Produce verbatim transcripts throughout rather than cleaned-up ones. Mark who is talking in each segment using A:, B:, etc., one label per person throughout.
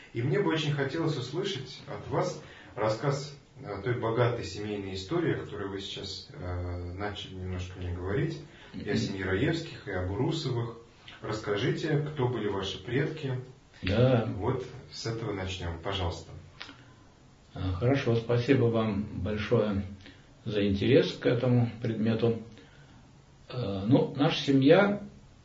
A: И мне бы очень хотелось услышать от вас рассказ той богатой семейной истории, о которой вы сейчас э, начали немножко мне говорить, и о семье Раевских, и об Урусовых. Расскажите, кто были ваши предки.
B: Да.
A: Вот с этого начнем, пожалуйста.
B: Хорошо, спасибо вам большое за интерес к этому предмету. Ну, наша семья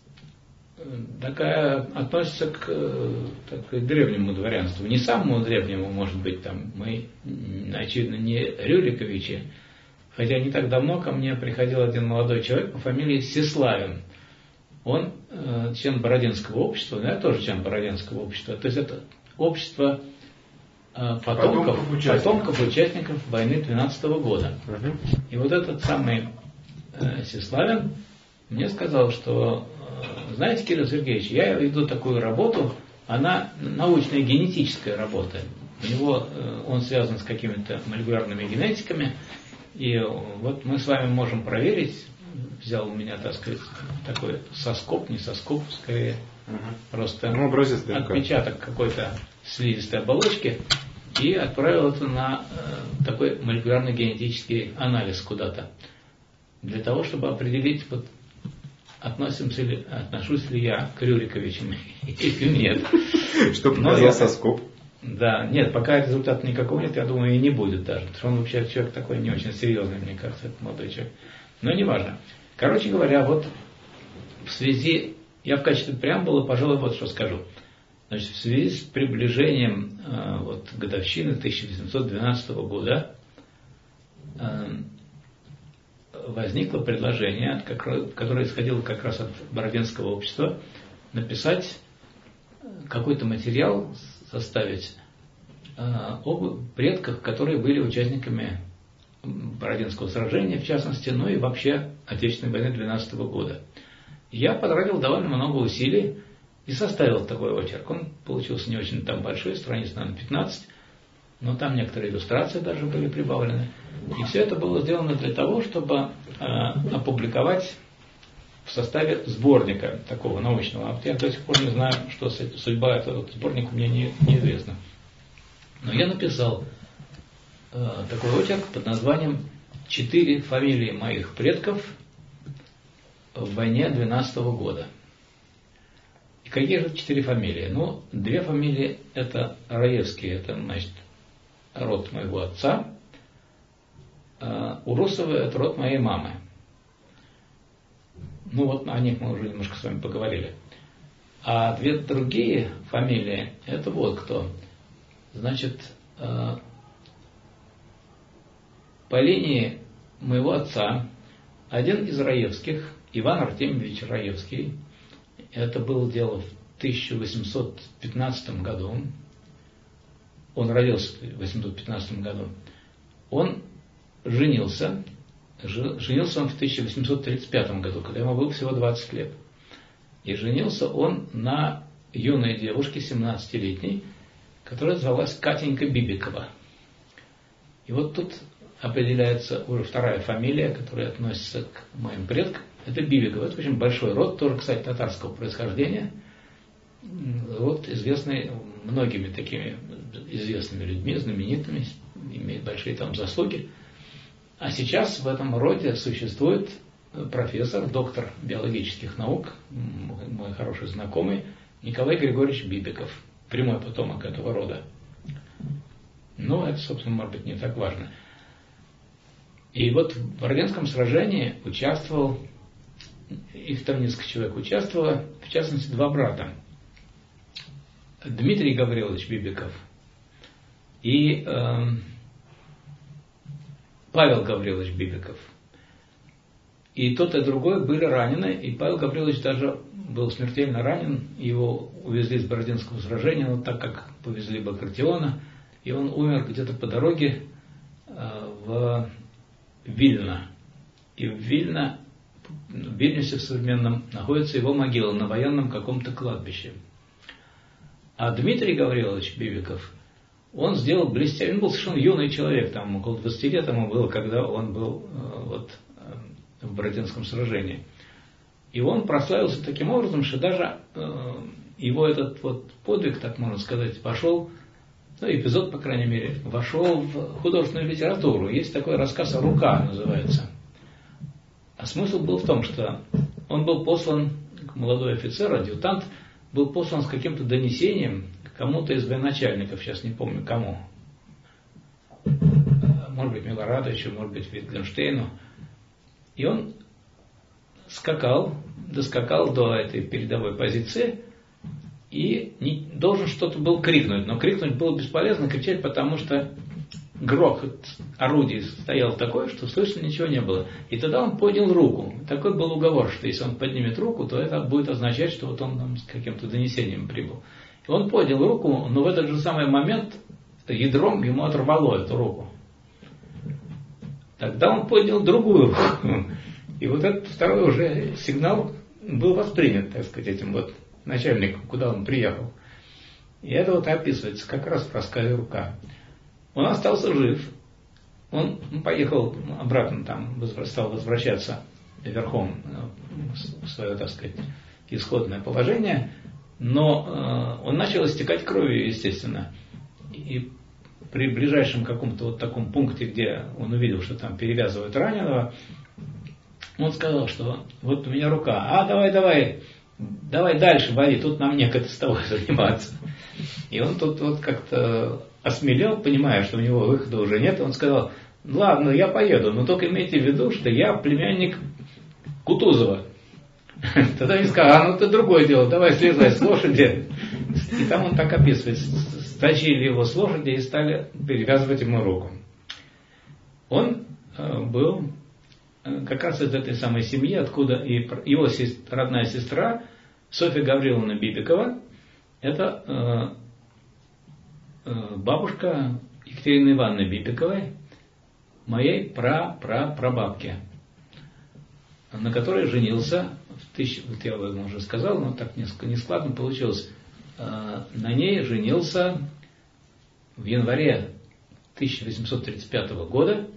B: такая относится к, так, к древнему дворянству. Не самому древнему, может быть, там мы, очевидно, не Рюриковичи. Хотя не так давно ко мне приходил один молодой человек по фамилии Сеславин. Он э, член Бородинского общества, я тоже член Бородинского общества. То есть это общество э, потомков, потомков, участников. потомков участников войны двенадцатого года. Угу. И вот этот самый э, Сеславин мне сказал, что, э, знаете, Кирилл Сергеевич, я веду такую работу, она научная генетическая работа. У него э, он связан с какими-то молекулярными генетиками. И вот мы с вами можем проверить, взял у меня, так сказать, такой соскоб, не соскоб, скорее, угу. просто ну, отпечаток какой-то слизистой оболочки и отправил это на э, такой молекулярный генетический анализ куда-то. Для того, чтобы определить, вот, относимся ли, отношусь ли я к Рюриковичам или нет.
A: Что показал соскоб?
B: Да, нет, пока результата никакого нет, я думаю, и не будет даже. Потому что он вообще человек такой не очень серьезный, мне кажется, этот молодой человек. Но не важно. Короче говоря, вот в связи, я в качестве преамбулы, пожалуй, вот что скажу. Значит, в связи с приближением э, вот, годовщины тысяча восемьсот двенадцатого года э, возникло предложение, которое исходило как раз от Бородинского общества, написать какой-то материал, составить э, об предках, которые были участниками Бородинского сражения, в частности, ну и вообще Отечественной войны двенадцатого года. Я потратил довольно много усилий и составил такой очерк. Он получился не очень там большой, страниц, наверное, пятнадцать, но там некоторые иллюстрации даже были прибавлены. И все это было сделано для того, чтобы э, опубликовать в составе сборника такого научного. Вот я до сих пор не знаю, что судьба этого сборника мне не, неизвестна. Но я написал э, такой очерк под названием «Четыре фамилии моих предков в войне двенадцатого года». И какие же четыре фамилии? Ну, две фамилии это Раевские, это, значит, род моего отца. Э, Урусовы это род моей мамы. Ну вот о них мы уже немножко с вами поговорили. А две другие фамилии, это вот кто. Значит, э, по линии моего отца, один из Раевских, Иван Артемьевич Раевский, это было дело в тысяча восемьсот пятнадцатом году, он родился в тысяча восемьсот пятнадцатом году, он женился, Женился он в тысяча восемьсот тридцать пятом году, когда ему было всего двадцать лет. И женился он на юной девушке, семнадцатилетней, которая звалась Катенька Бибикова. И вот тут определяется уже вторая фамилия, которая относится к моим предкам. Это Бибикова. Это очень большой род, тоже, кстати, татарского происхождения. Род известный многими такими известными людьми, знаменитыми, имеет большие там заслуги. А сейчас в этом роде существует профессор, доктор биологических наук, мой хороший знакомый, Николай Григорьевич Бибиков, прямой потомок этого рода. Но это, собственно, может быть, не так важно. И вот в Бородинском сражении участвовал, их там несколько человек участвовало, в частности, два брата. Дмитрий Гаврилович Бибиков и э, Павел Гаврилович Бибиков. И тот и другой были ранены, и Павел Гаврилович даже был смертельно ранен, его увезли с Бородинского сражения, но так как повезли Багратиона, и он умер где-то по дороге э, в Вильно. И в Вильно, в Вильнюсе в современном, находится его могила на военном каком-то кладбище. А Дмитрий Гаврилович Бибиков, он сделал блестяще, он был совершенно юный человек, там около двадцати лет ему было, когда он был э, вот, э, в Бородинском сражении. И он прославился таким образом, что даже э, его этот вот подвиг, так можно сказать, вошел, ну, эпизод, по крайней мере, вошел в художественную литературу. Есть такой рассказ «Рука» называется. А смысл был в том, что он был послан, молодой офицер, адъютант, был послан с каким-то донесением к кому-то из военачальников, сейчас не помню кому. Может быть, Милорадовичу, может быть, Витгенштейну. И он скакал, доскакал до этой передовой позиции и не, должен что-то был крикнуть. Но крикнуть было бесполезно, кричать, потому что грохот орудий стоял такой, что слышно ничего не было. И тогда он поднял руку. Такой был уговор, что если он поднимет руку, то это будет означать, что вот он там с каким-то донесением прибыл. И он поднял руку, но в этот же самый момент ядром ему оторвало эту руку. Тогда он поднял другую руку. И вот этот второй уже сигнал был воспринят, так сказать, этим вот начальником, куда он приехал. И это вот описывается как раз в рассказе «Рука». Он остался жив. Он поехал обратно, там, стал возвращаться верхом в свое, так сказать, исходное положение. Но э, он начал истекать кровью, естественно. И при ближайшем каком-то вот таком пункте, где он увидел, что там перевязывают раненого, он сказал, что вот у меня рука. А, давай, давай, давай дальше вари, тут нам некогда с тобой заниматься. И он тут вот как-то осмелел, понимая, что у него выхода уже нет. Он сказал: ладно, я поеду, но только имейте в виду, что я племянник Кутузова. Тогда они сказали: а ну ты другое дело, давай слезай с лошади. И там он так описывает: стащили его с лошади и стали перевязывать ему руку. Он э, был э, как раз из этой самой семьи, откуда и его сестра, родная сестра Софья Гавриловна Бибикова, это э, э, бабушка Екатерины Ивановны Бибиковой, моей пра-пра-прабабки, на которой женился в тысячу, вот я вам уже сказал, но так несколько нескладно получилось. На ней женился в январе тысяча восемьсот тридцать пятого года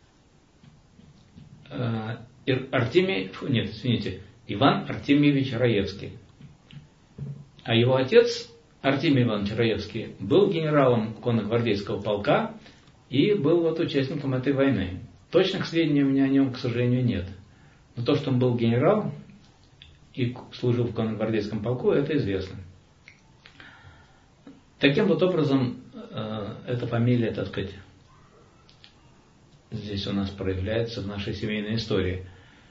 B: Артемий, нет, извините, Иван Артемьевич Раевский. А его отец, Артемий Иванович Раевский, был генералом конногвардейского полка и был вот участником этой войны. Точных сведений у меня о нем, к сожалению, нет. Но то, что он был генерал и служил в конногвардейском полку, это известно. Таким вот образом, э, эта фамилия, так сказать, здесь у нас проявляется в нашей семейной истории.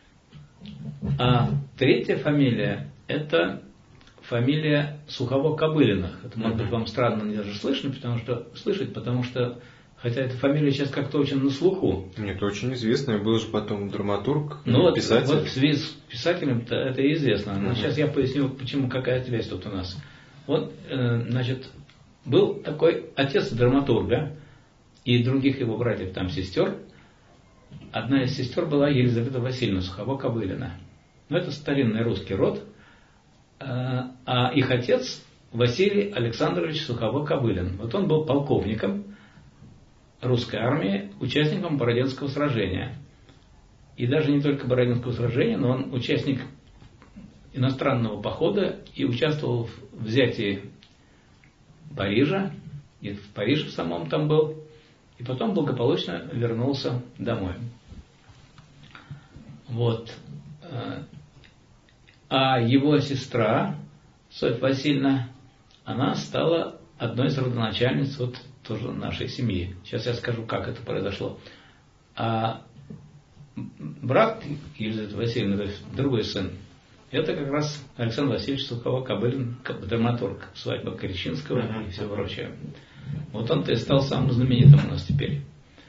B: А третья фамилия – это фамилия Сухово-Кобылиных. Это, может быть, вам странно даже слышно, потому что, слышать, потому что, хотя эта фамилия сейчас как-то очень на слуху.
A: Нет, очень известная. Был же потом драматург,
B: ну,
A: писатель.
B: Вот, вот в связи с писателем-то это и известно. Но uh-huh. сейчас я поясню, почему, какая связь тут у нас. Вот, э, значит, был такой отец драматурга и других его братьев, там, сестер. Одна из сестер была Елизавета Васильевна Сухово-Кобылина. Ну, это старинный русский род. А их отец Василий Александрович Сухово-Кобылин. Вот он был полковником русской армии, участником Бородинского сражения. И даже не только Бородинского сражения, но он участник иностранного похода и участвовал в взятии Парижа, и в Париже в самом там был, и потом благополучно вернулся домой. Вот. А его сестра, Софья Васильевна, она стала одной из родоначальниц вот тоже нашей семьи. Сейчас я скажу, как это произошло. А брат Елизаветы Васильевны, то есть другой сын, это как раз Александр Васильевич Сухово-Кобылин, драматург, свадьба Корещинского uh-huh. и все прочее. Вот он-то и стал самым знаменитым у нас теперь.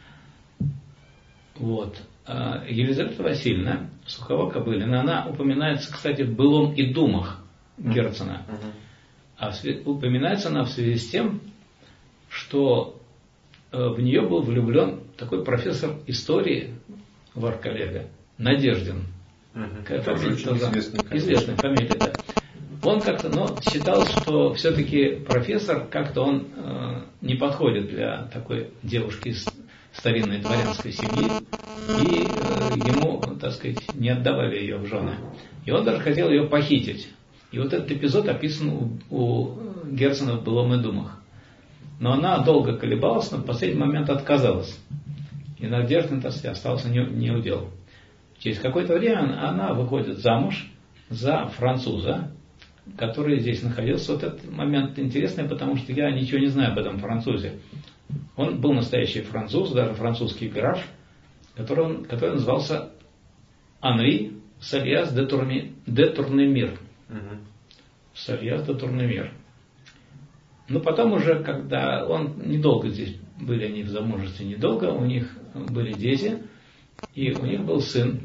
B: Вот. А Елизавета Васильевна Сухово-Кобылина, она упоминается, кстати, в «Былом и думах» Герцена. Uh-huh. А в, упоминается она в связи с тем, что в нее был влюблен такой профессор истории, ваш коллега, Надеждин. Uh-huh. Фамилия, известная, известная фамилия, да. Он как-то, ну, считал, что все-таки профессор, как-то он э, не подходит для такой девушки из старинной дворянской семьи, и э, ему, так сказать, не отдавали ее в жены. И он даже хотел ее похитить. И вот этот эпизод описан у, у Герцена в «Былом и думах». Но она долго колебалась, но в последний момент отказалась. И надежды остался не, не удел. Через какое-то время она выходит замуж за француза, который здесь находился. Вот этот момент интересный, потому что я ничего не знаю об этом французе. Он был настоящий француз, даже французский граф, который, он, который назывался Анри Сальяс де, Турми, де Турнемир. Угу. Сальяс де Турнемир. Но потом уже, когда он недолго здесь были, они в замужестве недолго, у них были дети, и у них был сын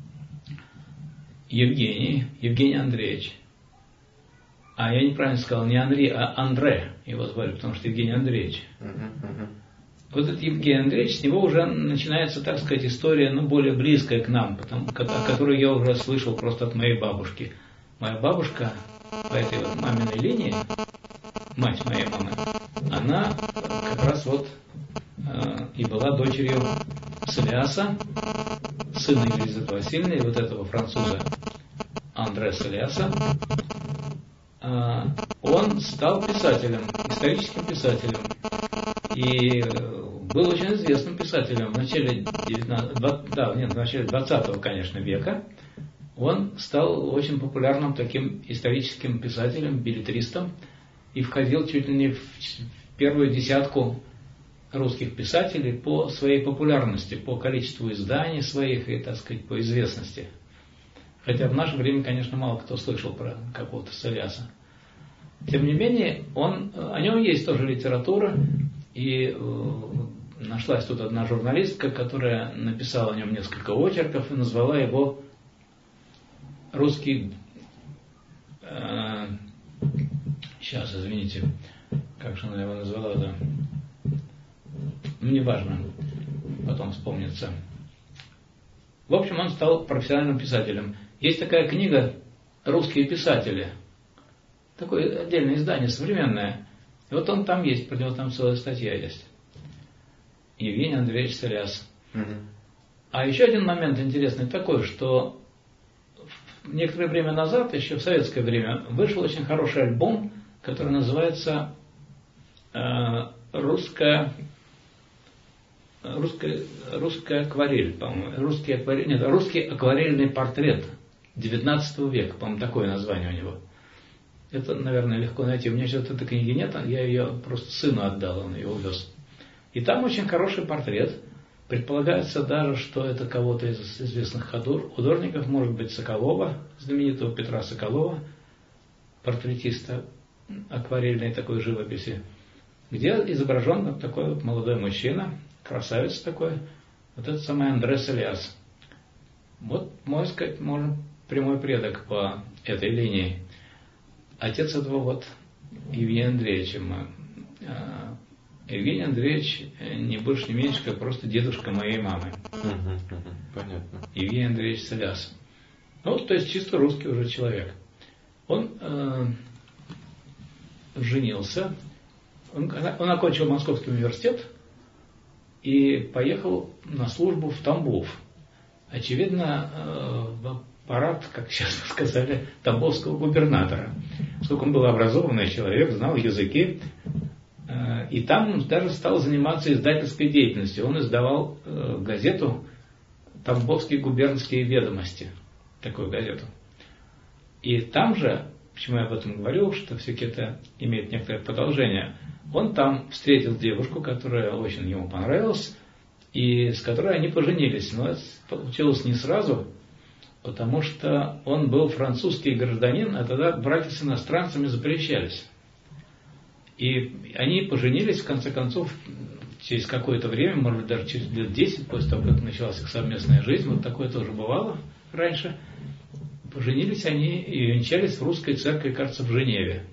B: Евгений, Евгений Андреевич. А я неправильно сказал, не Анри, а Андре его звали, потому что Евгений Андреевич. Uh-huh, uh-huh. Вот этот Евгений Андреевич, с него уже начинается, так сказать, история, ну, более близкая к нам, потому, о которой я уже слышал просто от моей бабушки. Моя бабушка по этой вот маминой линии, мать моей мамы, она как раз вот э, и была дочерью Салиаса, сына Елизаветы Васильевны, вот этого француза Андре Салиаса. Э, он стал писателем, историческим писателем. И был очень известным писателем в начале, девятнадцатого, да, нет, в начале двадцатого, конечно, века. Он стал очень популярным таким историческим писателем, беллетристом, и входил чуть ли не в первую десятку русских писателей по своей популярности, по количеству изданий своих и, так сказать, по известности. Хотя в наше время, конечно, мало кто слышал про какого-то Салиаса. Тем не менее, он, о нем есть тоже литература, и э, нашлась тут одна журналистка, которая написала о нем несколько очерков и назвала его русский... Э, сейчас, извините, как же она его назвала, да? Ну, неважно, потом вспомнится. В общем, он стал профессиональным писателем. Есть такая книга «Русские писатели». Такое отдельное издание, современное. И вот он там есть, про него там целая статья есть. Евгений Андреевич Салиас. Угу. А еще один момент интересный такой, что некоторое время назад, еще в советское время, вышел очень хороший альбом, который называется э, «Русская, русская, русская акварель», по-моему. Русский, акварель, нет, «Русский акварельный портрет» девятнадцатого века, по-моему, такое название у него. Это, наверное, легко найти. У меня сейчас этой книги нет, я ее просто сыну отдал, он ее увез. И там очень хороший портрет. Предполагается даже, что это кого-то из известных художников, может быть, Соколова, знаменитого Петра Соколова, портретиста акварельной такой живописи, где изображен вот такой вот молодой мужчина, красавец такой, вот этот самый Андре Салиас. Вот, можно сказать, можно прямой предок по этой линии. Отец этого вот Евгения Андреевича. Евгений Андреевич не больше, не меньше, как просто дедушка моей мамы. Угу, угу, понятно. Евгений Андреевич Салиас. Ну, то есть чисто русский уже человек. Он э, женился, он, он окончил Московский университет и поехал на службу в Тамбов. Очевидно, э, в аппарат, как сейчас сказали, тамбовского губернатора. Поскольку он был образованный человек, знал языки, э, и там даже стал заниматься издательской деятельностью. Он издавал э, газету «Тамбовские губернские ведомости», такую газету. И там же, почему я об этом говорю, что все-таки это имеет некоторое продолжение, он там встретил девушку, которая очень ему понравилась, и с которой они поженились. Но это получилось не сразу, потому что он был французский гражданин, а тогда браки с иностранцами запрещались. И они поженились, в конце концов, через какое-то время, может быть, даже через лет десять, после того, как началась их совместная жизнь, вот такое тоже бывало раньше, поженились они и венчались в русской церкви, кажется, в Женеве.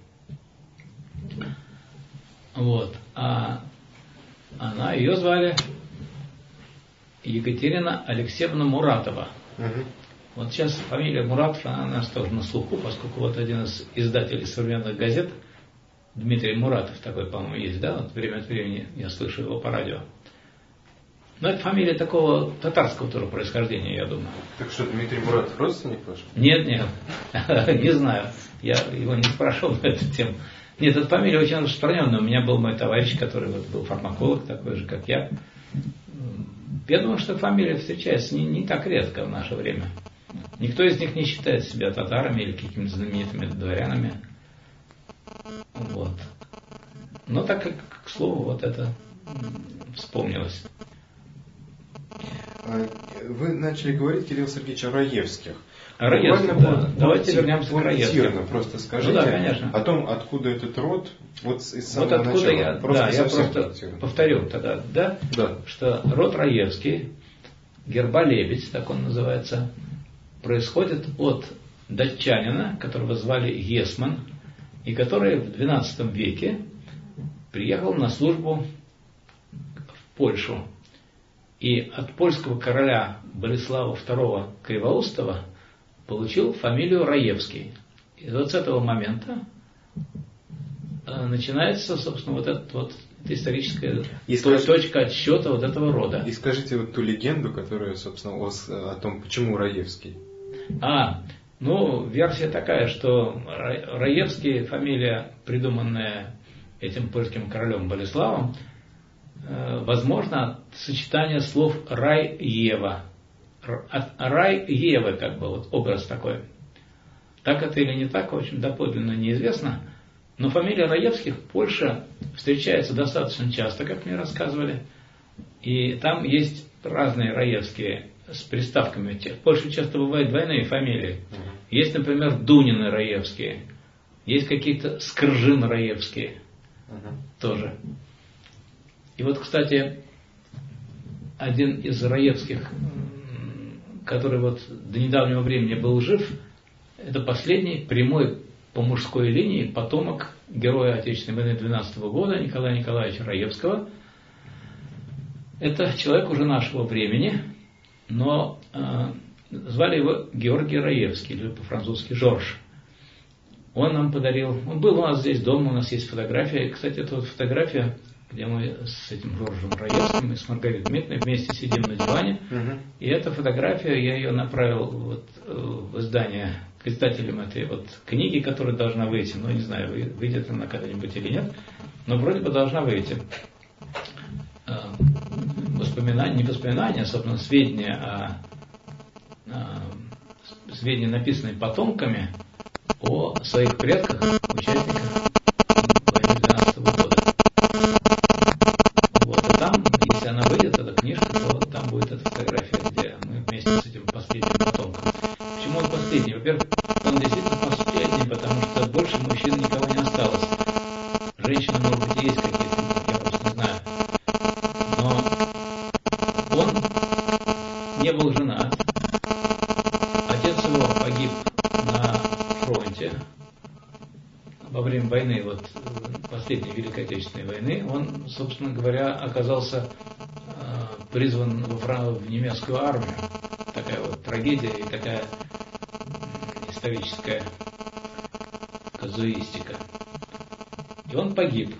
B: Вот. А она, ее звали Екатерина Алексеевна Муратова. Угу. Вот сейчас фамилия Муратов, она у нас тоже на слуху, поскольку вот один из издателей современных газет, Дмитрий Муратов такой, по-моему, есть, да? Вот время от времени я слышу его по радио. Но это фамилия такого татарского тоже происхождения, я думаю.
A: Так что, Дмитрий Муратов родственник ваш?
B: Нет, нет, не знаю. Я его не спрашивал на эту тему. Нет, эта фамилия очень распространенная. У меня был мой товарищ, который вот был фармаколог, такой же, как я. Я думаю, что фамилия встречается не, не так редко в наше время. Никто из них не считает себя татарами или какими-то знаменитыми дворянами. Вот. Но так как, к слову, вот это вспомнилось.
A: Вы начали говорить, Кирилл Сергеевич, о Раевских.
B: О Раевских, да.
A: Вот,
B: давайте вернемся к Раевским.
A: Просто скажите
B: ну, да, конечно.
A: о том, откуда этот род, вот из самого
B: вот откуда
A: начала.
B: Я,
A: просто
B: да, я просто повторю тогда, да,
A: да,
B: что род Раевский, Герба-Лебедь, так он называется, происходит от датчанина, которого звали Гесман, и который в двенадцатом веке приехал на службу в Польшу. И от польского короля Болеслава второго Кривоустова получил фамилию Раевский. И вот с этого момента начинается, собственно, вот эта вот эта историческая и скажите, точка отсчета вот этого рода.
A: И скажите вот ту легенду, которая, собственно, о, о том, почему Раевский.
B: А, ну, версия такая, что Раевский, фамилия, придуманная этим польским королем Болеславом, возможно, сочетание слов рай Ева. Рай Евы, как бы, вот образ такой. Так это или не так, в общем, доподлинно неизвестно. Но фамилия Раевских в Польше встречается достаточно часто, как мне рассказывали. И там есть разные Раевские с приставками. В Польше часто бывают двойные фамилии. Есть, например, Дунины Раевские. Есть какие-то Скржин Раевские. Тоже. И вот, кстати, один из Раевских, который вот до недавнего времени был жив, это последний прямой по мужской линии потомок героя Отечественной войны двенадцатого года Николая Николаевича Раевского. Это человек уже нашего времени, но э, звали его Георгий Раевский, или по-французски Жорж. Он нам подарил, он был у нас здесь дома, у нас есть фотография. Кстати, это вот фотография, где мы с этим Жоржем Раевским и с Маргаритой Дмитриевной вместе сидим на диване. Uh-huh. И эта фотография, я ее направил вот в издание к издателям этой вот книги, которая должна выйти. Ну, не знаю, выйдет она когда-нибудь или нет, но вроде бы должна выйти. Воспоминания, не воспоминания, а, собственно, сведения о, о сведения, написанные потомками о своих предках, участниках войны двенадцатого года. Вот, и там, если она выйдет, эта книжка, то там будет эта фотография, где мы вместе с этим последним потомком. Почему он последний? Во-первых, он действительно последний, потому что больше мужчин никого не осталось. Женщины, может быть, и есть какие-то, я просто не знаю. Но он не был женат. Отец его погиб на фронте во время войны, вот последней Великой Отечественной войны. Он, собственно говоря, оказался э, призван в, в немецкую армию. Такая вот трагедия и такая историческая казуистика. И он погиб,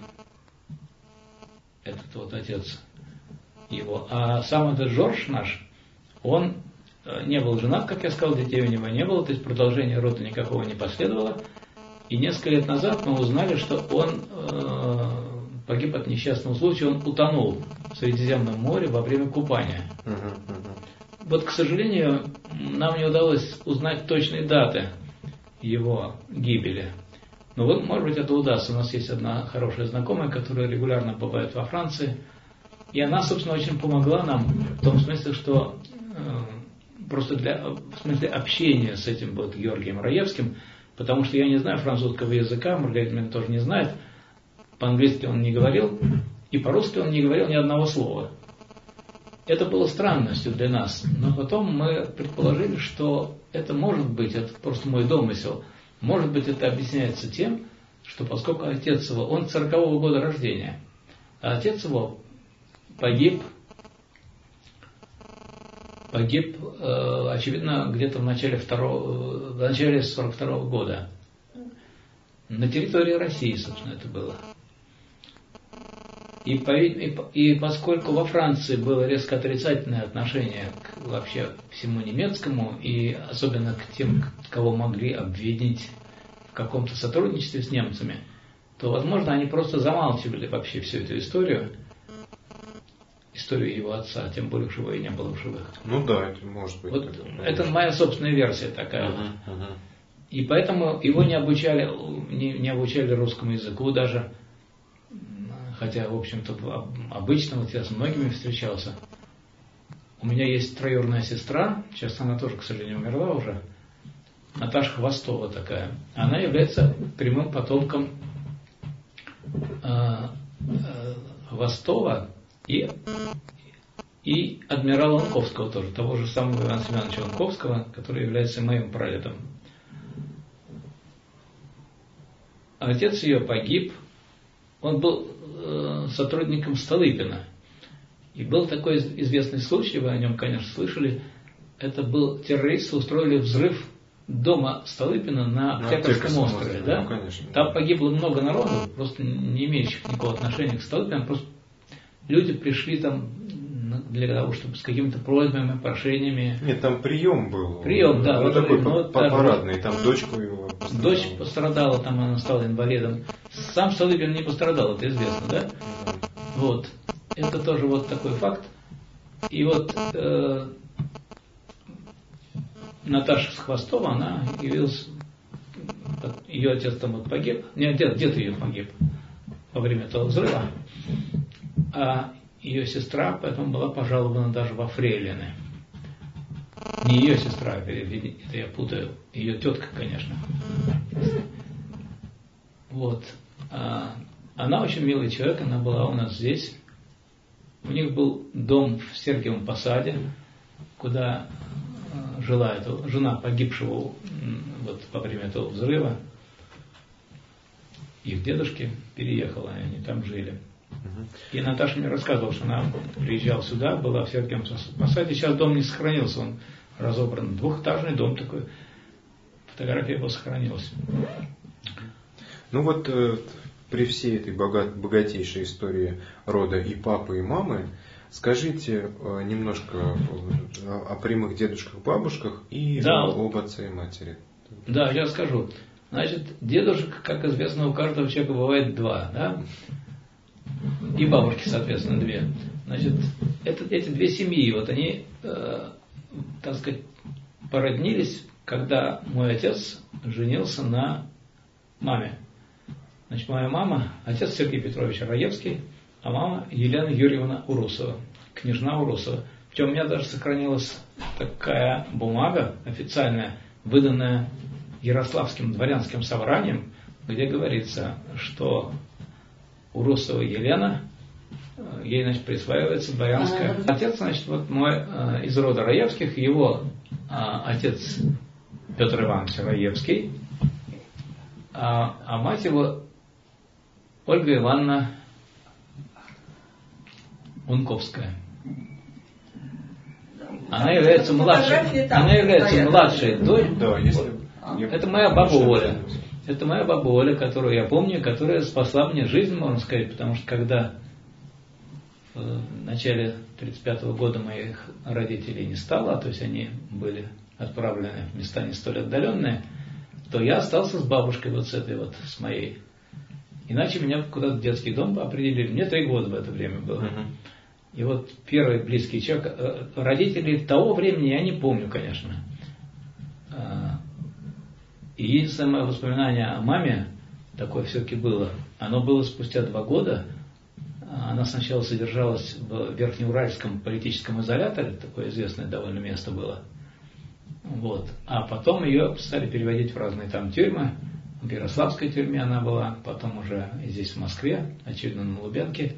B: этот вот отец его. А сам этот Жорж наш, он не был женат, как я сказал, детей у него не было, то есть продолжения рода никакого не последовало. И несколько лет назад мы узнали, что он э, погиб от несчастного случая, он утонул в Средиземном море во время купания. Uh-huh, uh-huh. Вот, к сожалению, нам не удалось узнать точные даты его гибели. Но вот, может быть, это удастся. У нас есть одна хорошая знакомая, которая регулярно бывает во Франции. И она, собственно, очень помогла нам в том смысле, что э, просто для, в смысле общения с этим вот Георгием Раевским, потому что я не знаю французского языка, Маргарита меня тоже не знает, по-английски он не говорил, и по-русски он не говорил ни одного слова. Это было странностью для нас, но потом мы предположили, что это может быть, это просто мой домысел, может быть, это объясняется тем, что поскольку отец его, он сорокового года рождения, а отец его погиб, погиб, э, очевидно, где-то в начале, второго, в начале сорок второго года. На территории России, собственно, это было. И, по, и, и поскольку во Франции было резко отрицательное отношение к вообще всему немецкому, и особенно к тем, кого могли обвинить в каком-то сотрудничестве с немцами, то, возможно, они просто замалчивали вообще всю эту историю, историю его отца, тем более, что его и не было в живых.
A: Ну да, это может быть.
B: Вот
A: такое,
B: это моя собственная версия такая.
A: Uh-huh, uh-huh.
B: И поэтому его не обучали, не, не обучали русскому языку даже, хотя, в общем-то, обычно, вот я с многими встречался. У меня есть троюродная сестра, сейчас она тоже, к сожалению, умерла уже, Наташа Хвостова такая. Она является прямым потомком э, э, Хвостова и, и адмирала Ланковского тоже, того же самого Ивана Семеновича Ланковского, который является моим прадедом. Отец ее погиб, он был э, сотрудником Столыпина. И был такой известный случай, вы о нем, конечно, слышали, это был террористы устроили взрыв дома Столыпина на Октябрьском острове. Да?
A: Ну, конечно.
B: Там погибло много народу, просто не имеющих никакого отношения к Столыпину, просто люди пришли там для того, чтобы с какими-то просьбами, прошениями.
A: Нет, там прием был.
B: Прием, да.
A: Ну,
B: вот
A: такой
B: ну,
A: парадный, там дочку его пострадала.
B: Дочь пострадала, там она стала инвалидом. Сам Столыпин не пострадал, это известно, да? Вот. Это тоже вот такой факт. И вот э, Наташа Хвостова, она явилась, ее отец там вот погиб, не, дед, дед ее погиб во время этого взрыва, а ее сестра поэтому была пожалована даже во фрейлины. Не ее сестра, это я путаю, ее тетка, конечно. Вот. А она очень милый человек, она была у нас здесь. У них был дом в Сергиевом Посаде, куда жила эта, жена погибшего вот, во время этого взрыва. Их дедушки переехала, и они там жили. И Наташа мне рассказывала, что она приезжала сюда, была в Сергиевом Посаде. Сейчас дом не сохранился, он разобран. Двухэтажный дом такой. Фотография его сохранилась.
A: Ну вот э, при всей этой богат, богатейшей истории рода и папы, и мамы, скажите э, немножко о, о прямых дедушках, бабушках и
B: да.
A: о, об отце и матери.
B: Да, я скажу. Значит, дедушек, как известно, у каждого человека бывает два, да? И бабушки, соответственно, две. Значит, это, эти две семьи, вот они, э, так сказать, породнились, когда мой отец женился на маме. Значит, моя мама, отец Сергей Петрович Раевский, а мама Елена Юрьевна Урусова, княжна Урусова. Причем у меня даже сохранилась такая бумага официальная, выданная Ярославским дворянским собранием, где говорится, что Урусова Елена, ей, значит, присваивается дворянская. Отец, значит, вот мой э, из рода Раевских, его э, отец Петр Иванович Раевский, а, а мать его Ольга Ивановна Унковская. Она является младшей, она является младшей дочерью.
A: Да, если...
B: Это моя баба Оля. Это моя баба Оля, которую я помню, которая спасла мне жизнь, можно сказать, потому что когда в начале тридцать пятого года моих родителей не стало, то есть они были отправлены в места не столь отдаленные, то я остался с бабушкой вот с этой вот, с моей. Иначе меня куда-то в детский дом определили. Мне три года в это время было. Uh-huh. И вот первый близкий человек, родителей того времени я не помню, конечно. И единственное мое воспоминание о маме, такое все-таки было, оно было спустя два года. Она сначала содержалась в Верхнеуральском политическом изоляторе, такое известное довольно место было. Вот. А потом ее стали переводить в разные там тюрьмы. В Ярославской тюрьме она была, потом уже здесь, в Москве, очевидно, на Лубянке.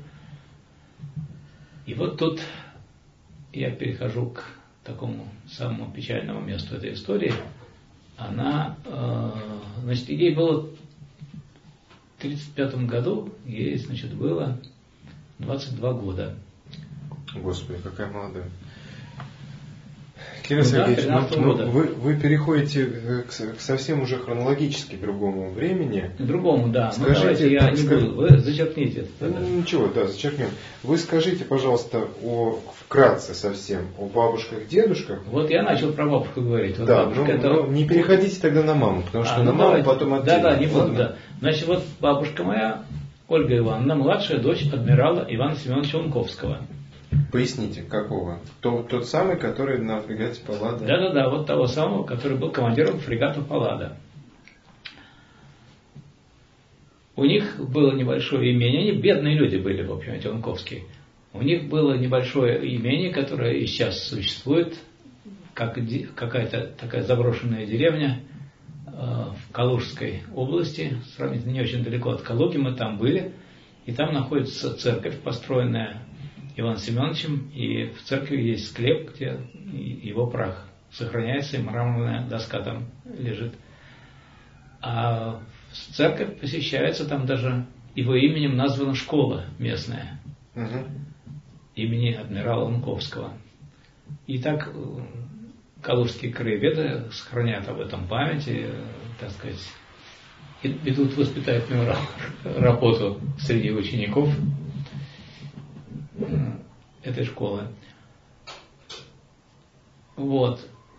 B: И вот тут я перехожу к такому самому печальному месту этой истории. Она, э, значит, ей было в тридцать пятом году, ей, значит, было двадцать два года.
A: Господи, какая молодая. Кирилл Сергеевич, ну, ну, вы, вы переходите к, к совсем уже хронологически другому времени.
B: К другому, да.
A: Скажите,
B: ну, давайте я не буду. Вы зачеркните это.
A: Ну, ничего, да, зачеркнем. Вы скажите, пожалуйста, о, вкратце совсем о бабушках, дедушках.
B: Вот я начал про бабушку говорить. Вот
A: да, ну,
B: это...
A: ну, не переходите тогда на маму, потому что а, на ну, маму давайте. Потом отдельно.
B: Да, да, не буду, да. Значит, вот бабушка моя, Ольга Ивановна, младшая дочь адмирала Ивана Семеновича Лунковского.
A: Поясните, какого? Тот, тот самый, который на фрегате Паллада?
B: Да-да-да, вот того самого, который был командиром фрегата Паллада. У них было небольшое имение, они бедные люди были, в общем, эти Лунковские. У них было небольшое имение, которое и сейчас существует, как какая-то такая заброшенная деревня э, в Калужской области, сравнительно не очень далеко от Калуги, мы там были, и там находится церковь, построенная Иваном Семеновичем, и в церкви есть склеп, где его прах сохраняется, и мраморная доска там лежит. А церковь посещается, там даже его именем названа школа местная, угу. имени адмирала Лунковского. И так калужские краеведы сохраняют об этом память, и, так сказать, ведут воспитательную работу среди учеников этой школы. Вот.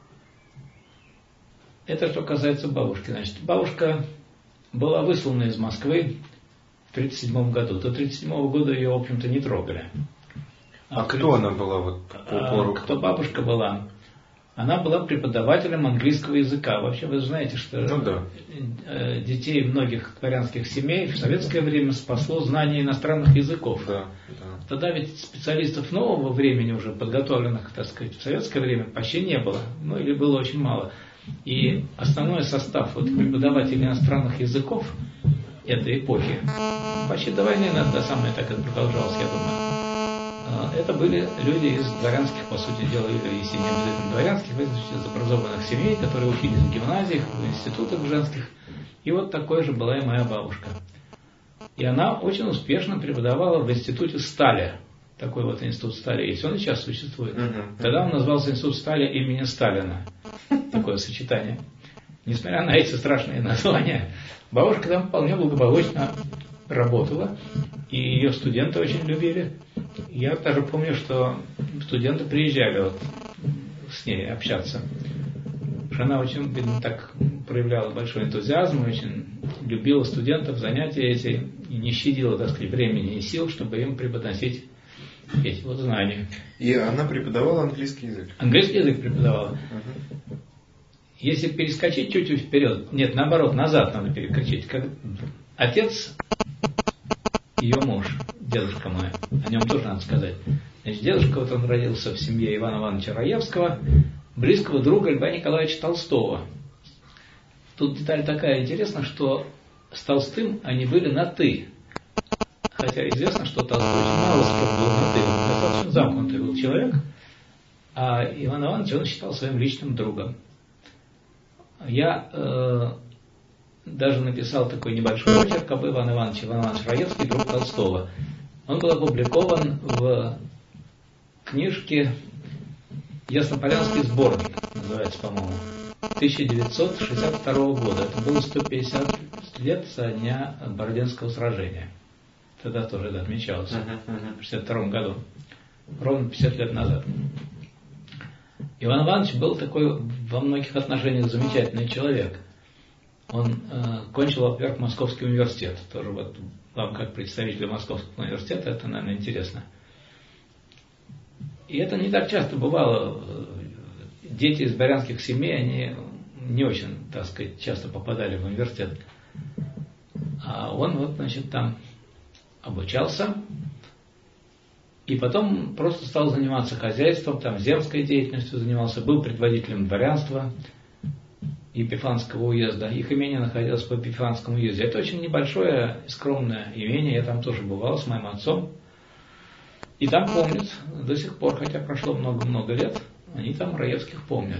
B: Это что касается бабушки. Значит, бабушка была выслана из Москвы в тридцать седьмом году. До тридцать седьмого года ее, в общем-то, не трогали.
A: А, а кто она была? Вот, по, по, по...
B: Кто бабушка была? Она была преподавателем английского языка. Вообще вы знаете, что
A: ну, да.
B: детей многих дворянских семей в советское время спасло знание иностранных языков.
A: Да, да.
B: Тогда ведь специалистов нового времени, уже подготовленных, так сказать, в советское время почти не было. Ну или было очень мало. И основной состав вот, преподавателей иностранных языков этой эпохи, почти до войны иногда самое так это продолжалось, я думаю, это были люди из дворянских, по сути дела, или если не обязательно дворянских, из образованных семей, которые учились в гимназиях, в институтах женских. И вот такой же была и моя бабушка. И она очень успешно преподавала в институте Сталя. Такой вот институт Сталя есть. Он и сейчас существует. Тогда он назывался институт Сталя имени Сталина. Такое сочетание. Несмотря на эти страшные названия, бабушка там вполне благополучно работала. И ее студенты очень любили. Я даже помню, что студенты приезжали вот с ней общаться. Потому что она очень, видно, так проявляла большой энтузиазм, очень любила студентов, занятия эти, и не щадила, так сказать, времени и сил, чтобы им преподносить эти вот знания.
A: И она преподавала английский язык?
B: Английский язык преподавала. Uh-huh. Если перескочить чуть-чуть вперед, нет, наоборот, назад надо перескочить. Как отец, ее муж, дедушка мой, о нем тоже надо сказать. Значит, дедушка, вот он родился в семье Ивана Ивановича Раевского, близкого друга Льва Николаевича Толстого. Тут деталь такая интересная, что с Толстым они были на «ты». Хотя известно, что Толстой очень мало с кем был на «ты». Он достаточно замкнутый был человек, а Иван Иванович он считал своим личным другом. Я э, даже написал такой небольшой очерк об Иване Ивановиче, Иван Иванович Раевский, друг Толстого. Он был опубликован в книжке «Яснополянский сборник», называется, по-моему, тысяча девятьсот шестьдесят второго года. Это было сто пятьдесят лет со дня Бородинского сражения. Тогда тоже это отмечалось, в шестьдесят втором году. Ровно пятьдесят лет назад. Иван Иванович был такой во многих отношениях замечательный человек. Он э, кончил, во-первых, Московский университет. Тоже вот вам, как представителю Московского университета, это, наверное, интересно. И это не так часто бывало. Дети из дворянских семей, они не очень, так сказать, часто попадали в университет. А он вот, значит, там обучался. И потом просто стал заниматься хозяйством, там земской деятельностью занимался, был предводителем дворянства Епифанского уезда. Их имение находилось по Епифанскому уезду. Это очень небольшое, скромное имение, я там тоже бывал с моим отцом. И там помнят до сих пор, хотя прошло много-много лет, они там Раевских помнят.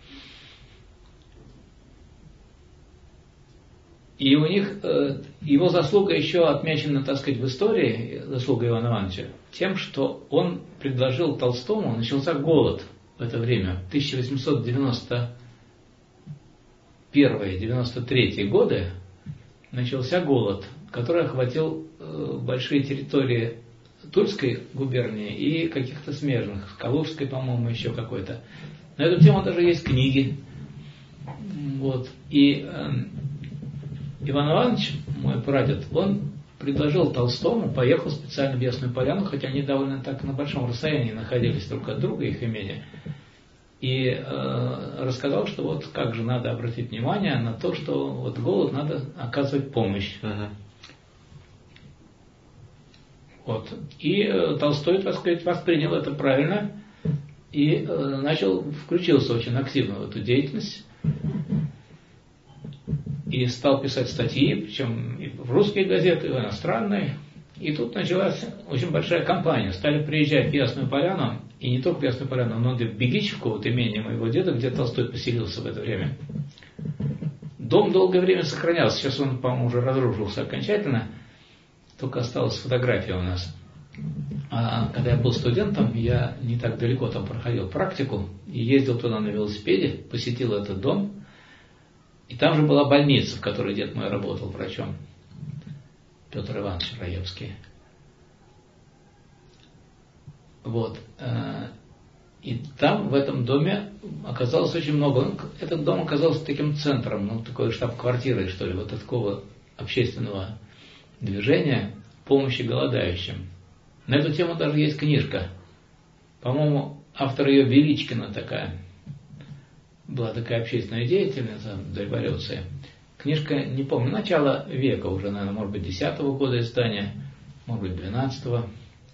B: И у них э, его заслуга еще отмечена, так сказать, в истории, заслуга Ивана Ивановича, тем, что он предложил Толстому, начался голод в это время, тысяча восемьсот девяносто первый — девяносто третий годы, начался голод, который охватил э, большие территории Тульской губернии и каких-то смежных, Калужской, по-моему, еще какой-то. На эту тему даже есть книги. Вот. И э, Иван Иванович, мой прадед, он предложил Толстому, поехал специально в Ясную Поляну, хотя они довольно так на большом расстоянии находились друг от друга, их имения, и э, рассказал, что вот как же надо обратить внимание на то, что вот голод, надо оказывать помощь. Uh-huh. Вот. И э, Толстой, так сказать, воспринял это правильно и э, начал, включился очень активно в эту деятельность и стал писать статьи, причем и в русские газеты, и в иностранные. И тут началась очень большая кампания. Стали приезжать в Ясную Поляну, и не только в Ясную Поляну, но и в Бегичевку, вот имение моего деда, где Толстой поселился в это время. Дом долгое время сохранялся, сейчас он, по-моему, уже разрушился окончательно, только осталась фотография у нас. А когда я был студентом, я не так далеко там проходил практику, и ездил туда на велосипеде, посетил этот дом, и там же была больница, в которой дед мой работал врачом, Петр Иванович Раевский. Вот. И там, в этом доме, оказалось очень много. Этот дом оказался таким центром, ну, такой штаб-квартирой, что ли, вот такого общественного движения помощи голодающим. На эту тему даже есть книжка. По-моему, автор ее Величкина такая. Была такая общественная деятельница до революции. Книжка, не помню, начало века уже, наверное, может быть, десятого года издания, может быть, двенадцатого.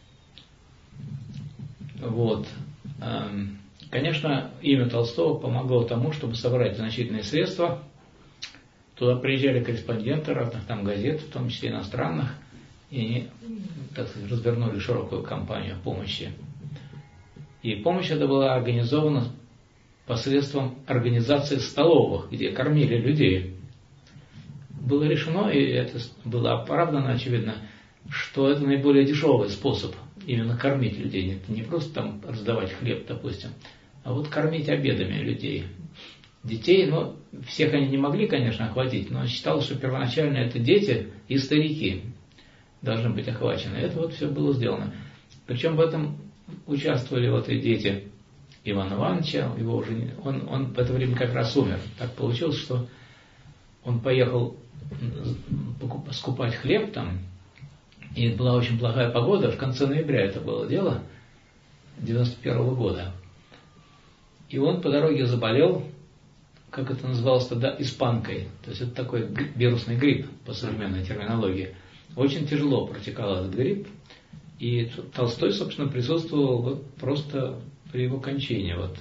B: Вот. Конечно, имя Толстого помогло тому, чтобы собрать значительные средства. Туда приезжали корреспонденты разных там газет, в том числе иностранных, и они, так сказать, развернули широкую кампанию помощи. И помощь эта была организована посредством организации столовых, где кормили людей. Было решено, и это было оправдано, очевидно, что это наиболее дешевый способ именно кормить людей. Это не просто там раздавать хлеб, допустим, а вот кормить обедами людей. Детей, ну, всех они не могли, конечно, охватить, но считалось, что первоначально это дети и старики должны быть охвачены. Это вот все было сделано. Причем в этом участвовали вот и дети Ивана Ивановича, его уже, он, он в это время как раз умер. Так получилось, что он поехал скупать хлеб там, и была очень плохая погода, в конце ноября это было дело, девяносто первого года. И он по дороге заболел, как это называлось тогда, испанкой. То есть это такой вирусный грипп по современной терминологии. Очень тяжело протекал этот грипп. И Толстой, собственно, присутствовал вот просто при его кончине. Вот.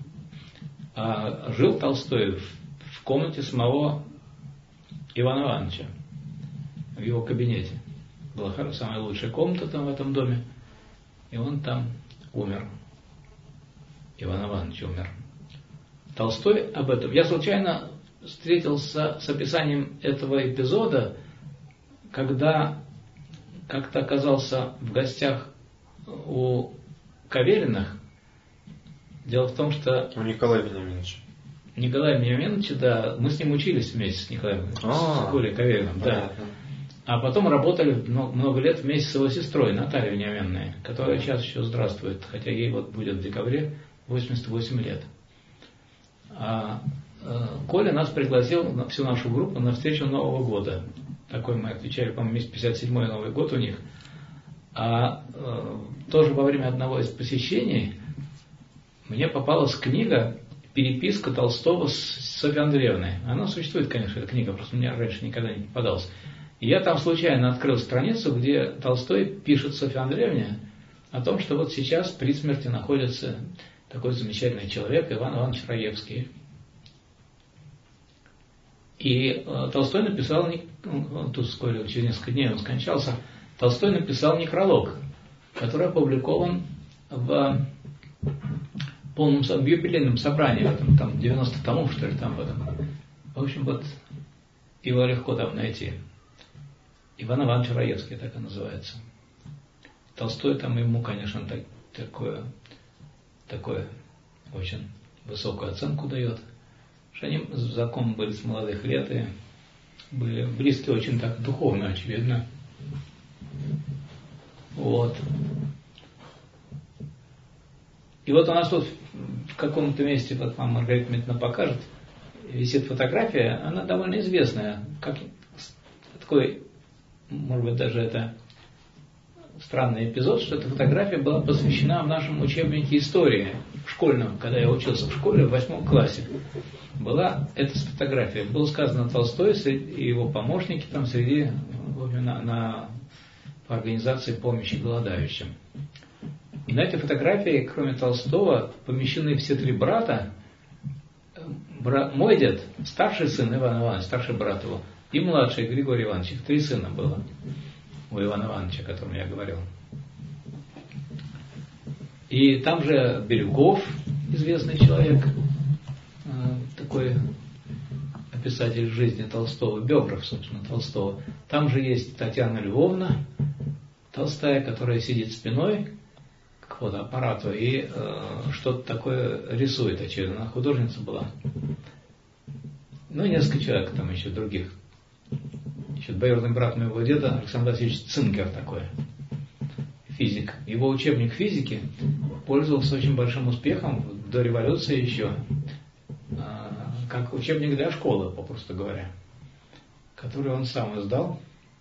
B: А жил Толстой в, в комнате самого Ивана Ивановича, в его кабинете. Была самая лучшая комната там в этом доме. И он там умер. Иван Иванович умер. Толстой об этом. Я случайно встретился с описанием этого эпизода, когда как-то оказался в гостях у Кавериных. Дело в том, что...
A: У Николая Вениаминовича.
B: Николая Вениаминовича, да. Мы с ним учились вместе с Николаем Вениаминовичем, с Колей Кавериным, да. А потом работали много лет вместе с его сестрой Натальей Вениаминовной, которая сейчас еще здравствует, хотя ей вот будет в декабре восемьдесят восемь лет. А э, Коля нас пригласил, на всю нашу группу, на встречу Нового года. Такой мы отвечали, по-моему, пятьдесят седьмой Новый год у них. А э, тоже во время одного из посещений мне попалась книга «Переписка Толстого с Софьей Андреевной». Она существует, конечно, эта книга, просто мне раньше никогда не попадалась. И я там случайно открыл страницу, где Толстой пишет Софье Андреевне о том, что вот сейчас при смерти находится такой замечательный человек Иван Иванович Раевский. И э, Толстой написал, ну, тут вскоре, через несколько дней он скончался, Толстой написал некролог, который опубликован в полном юбилейном собрании, в этом, там, девяносто томов, что ли, там в этом. В общем, вот его легко там найти. Иван Иванович Раевский, так и называется. Толстой там ему, конечно, так, такое, такое очень высокую оценку дает. Что они знакомы были с молодых лет и были близки очень так духовно, очевидно. Вот. И вот у нас тут в каком-то месте, вот вам Маргарита Дмитриевна покажет, висит фотография, она довольно известная. Как, такой, может быть, даже это странный эпизод, что эта фотография была посвящена в нашем учебнике истории, в школьном, когда я учился в школе в восьмом классе. Была эта фотография. Было сказано Толстой и его помощники там среди, на, на по организации помощи голодающим. И на этой фотографии, кроме Толстого, помещены все три брата. Бра... Мой дед, старший сын Иван Иванович, старший брат его, и младший Григорий Иванович. Их три сына было у Ивана Ивановича, о котором я говорил. И там же Бирюков, известный человек, такой писатель жизни Толстого, биограф, собственно, Толстого. Там же есть Татьяна Львовна Толстая, которая сидит спиной к фотоаппарату и э, что-то такое рисует, очевидно. Она художница была. Ну и несколько человек там еще других. Еще двоюродный брат моего деда, Александр Васильевич Цинкер такой, физик. Его учебник физики пользовался очень большим успехом до революции еще, э, как учебник для школы, попросту говоря, который он сам издал.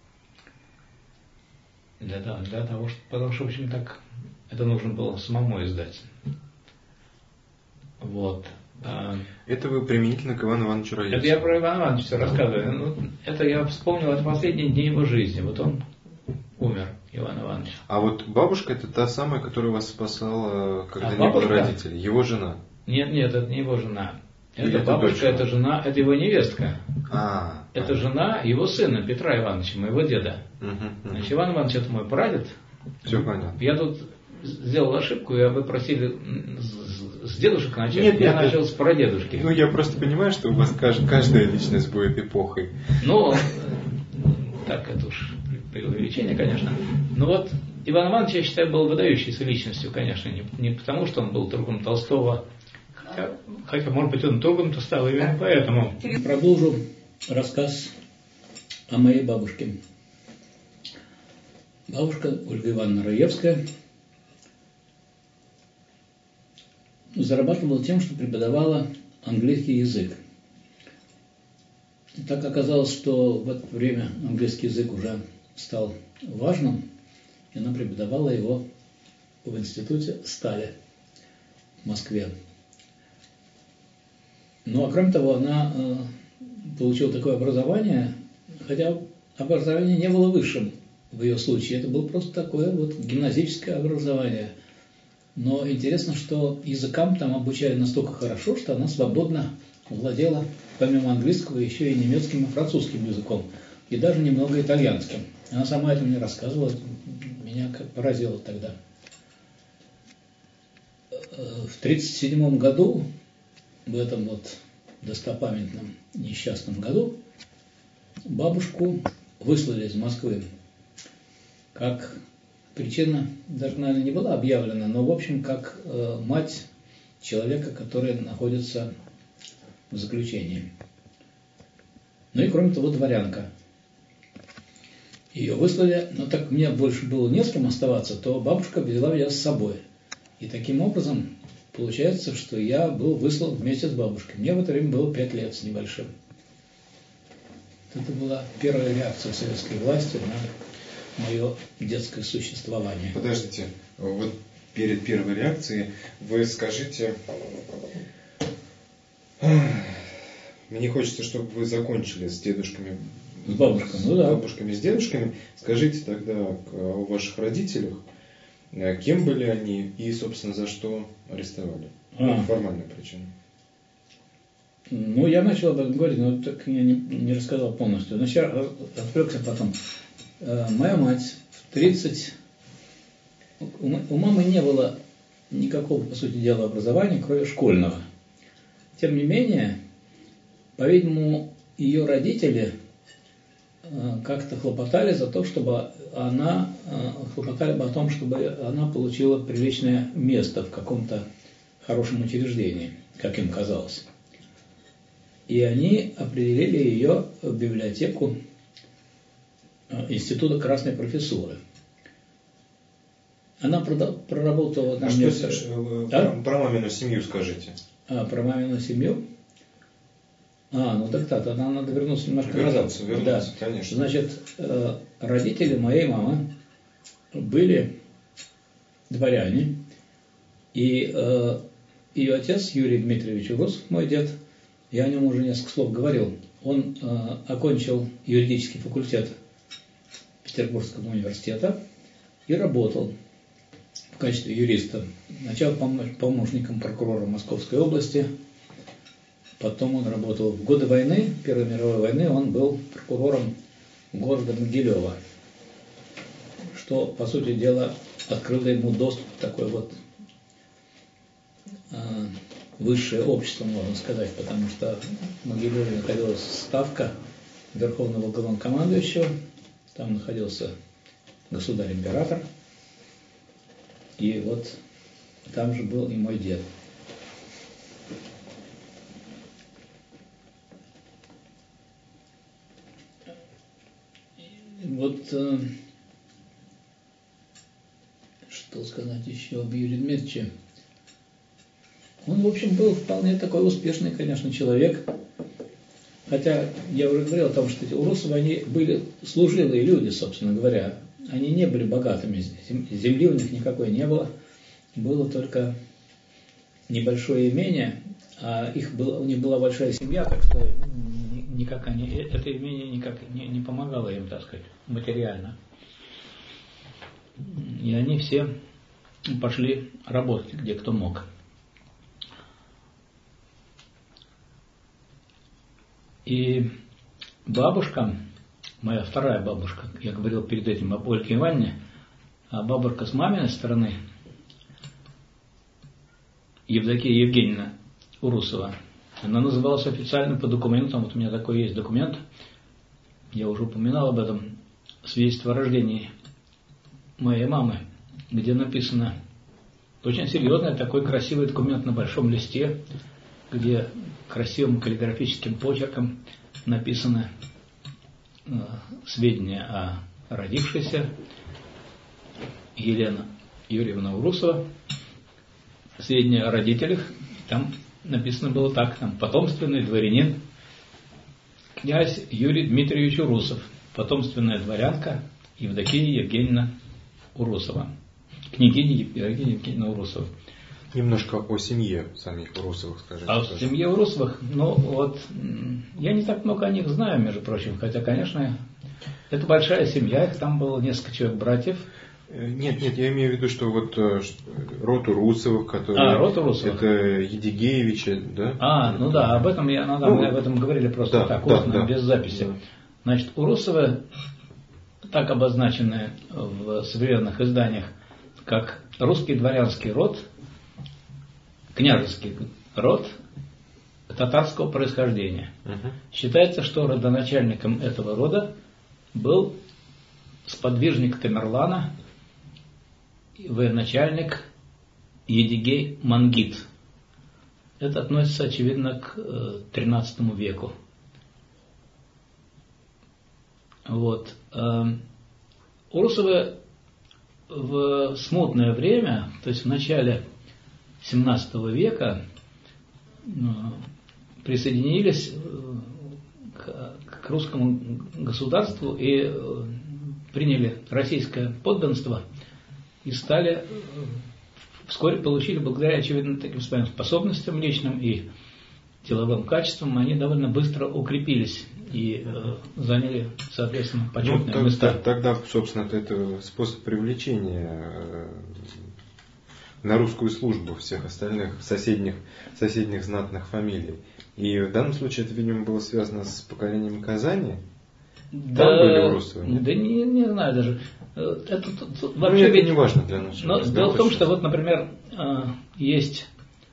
B: Для, для того, что, потому что, в общем, так это нужно было самому издать. Вот.
A: Это вы применительно к Ивану Ивановичу Раевскому? Это
B: я про Ивана Ивановича все рассказываю. Ну, это я вспомнил, это последние дни его жизни. Вот он умер, Иван Иванович.
A: А вот бабушка это та самая, которая вас спасала, когда а не было родителей? Его жена?
B: Нет, нет, это не его жена. Это бабушка, это жена, это его невестка.
A: А,
B: это
A: а.
B: жена его сына, Петра Ивановича, моего деда.
A: Угу, угу.
B: Значит, Иван Иванович это мой прадед.
A: Все понятно.
B: Я тут сделал ошибку, я вы просили с дедушек начать,
A: нет,
B: я
A: нет,
B: начал
A: нет.
B: с прадедушки.
A: Ну, я просто понимаю, что у вас каждая личность будет эпохой.
B: Ну, так, это уж преувеличение, конечно. Но вот Иван Иванович, я считаю, был выдающейся личностью, конечно, не, не потому, что он был другом Толстого, хотя, хотя может быть, он другом-то стал именно поэтому.
C: Продолжу рассказ о моей бабушке. Бабушка Ольга Ивановна Раевская зарабатывала тем, что преподавала английский язык. Так оказалось, что в это время английский язык уже стал важным, и она преподавала его в институте Стали в Москве. Ну, а кроме того, она э, получила такое образование, хотя образование не было высшим в ее случае, это было просто такое вот гимназическое образование. Но интересно, что языкам там обучали настолько хорошо, что она свободно владела, помимо английского, еще и немецким и французским языком, и даже немного итальянским. Она сама это мне рассказывала, меня как поразило тогда. В тридцать седьмом году, в этом вот достопамятном несчастном году, бабушку выслали из Москвы. Как причина даже, наверное, не была объявлена, но, в общем, как э, мать человека, который находится в заключении. Ну и, кроме того, дворянка. Ее выслали, но так мне больше было не с кем оставаться, то бабушка взяла меня с собой. И таким образом получается, что я был выслан вместе с бабушкой. Мне в это время было пять лет с небольшим. Это была первая реакция советской власти на мое детское существование.
A: Подождите, вот перед первой реакцией вы скажите... Мне хочется, чтобы вы закончили с дедушками.
C: С бабушками, ну да.
A: С бабушками, с дедушками. Скажите тогда о ваших родителях, кем были они и, собственно, за что арестовали. А. Формальная причина.
C: Ну, я начал об этом говорить, но так я не, не рассказал полностью. Но сейчас отвлекся потом. Моя мать в тридцать... У мамы не было никакого, по сути дела, образования, кроме школьного. Тем не менее, по-видимому, ее родители как-то хлопотали за то, чтобы она, хлопотали бы о том, чтобы она получила приличное место в каком-то хорошем учреждении, как им казалось. И они определили ее в библиотеку Института Красной Профессуры. Она проработала...
A: А что с, а? Про мамину семью скажите.
C: А, про мамину семью? А, ну так так, тогда надо вернуться немножко
A: вернуться,
C: назад.
A: Вернуться,
C: да.
A: конечно.
C: Значит, родители моей мамы были дворяне, и э, ее отец, Юрий Дмитриевич Урусов, мой дед, я о нем уже несколько слов говорил, он э, окончил юридический факультет Петербургского университета и работал в качестве юриста. Сначала помощником прокурора Московской области, потом он работал в годы войны, Первой мировой войны, он был прокурором города Могилева, что, по сути дела, открыло ему доступ в такое вот э, высшее общество, можно сказать, потому что в Могилеве находилась ставка Верховного Главнокомандующего, там находился государь-император, и вот там же был и мой дед. Вот э, что сказать еще об Юрии Дмитриевиче. Он, в общем, был вполне такой успешный, конечно, человек. Хотя я уже говорил о том, что эти Урусовы, они были служилые люди, собственно говоря. Они не были богатыми, земли у них никакой не было. Было только небольшое имение, а их было, у них была большая семья, так что никак они, это имение никак не, не помогало им, так сказать, материально. И они все пошли работать, где кто мог. И бабушка, моя вторая бабушка, я говорил перед этим об Ольге Ивановне, а бабушка с маминой стороны, Евдокия Евгеньевна Урусова, она называлась официально по документам, вот у меня такой есть документ, я уже упоминал об этом, свидетельство о рождении моей мамы, где написано, очень серьезный такой красивый документ на большом листе, где красивым каллиграфическим почерком написаны э, сведения о родившейся Елена Юрьевна Урусова, сведения о родителях, там написано было так, там потомственный дворянин, князь Юрий Дмитриевич Урусов, потомственная дворянка Евдокия Евгеньевна Урусова, княгиня Евгения Евгеньевна Урусова.
A: Немножко о семье самих Урусовых, скажите.
C: А в семье Урусовых, ну вот, я не так много о них знаю, между прочим, хотя, конечно, это большая семья, их там было несколько человек братьев.
A: Нет, нет, я имею в виду, что вот род Урусовых, которые...
C: А, род Урусовых.
A: Это Едигеевичи, да?
C: А, ну да, об этом, я, ну, да, ну, мы об этом говорили просто да, так, да, устно, да, без записи. Да. Значит, Урусовы, так обозначены в современных изданиях, как русский дворянский род, княжеский род татарского происхождения. Uh-huh. Считается, что родоначальником этого рода был сподвижник Тамерлана, военачальник Едигей Мангит. Это относится, очевидно, к тринадцатому веку. Вот. Урусовы в смутное время, то есть в начале семнадцатого века, присоединились к, к русскому государству и приняли российское подданство и стали, вскоре получили, благодаря, очевидно, таким своим способностям личным и деловым качествам, они довольно быстро укрепились и э, заняли, соответственно, почетные
A: ну,
C: места.
A: Тогда, собственно, это способ привлечения на русскую службу всех остальных соседних, соседних знатных фамилий. И в данном случае это, видимо, было связано с поколением Казани.
C: Да,
A: там были Урусовы?
C: Да не, не знаю даже. Это,
A: ну, вообще это не важно для нас.
C: Но дело в том, что вот, например, есть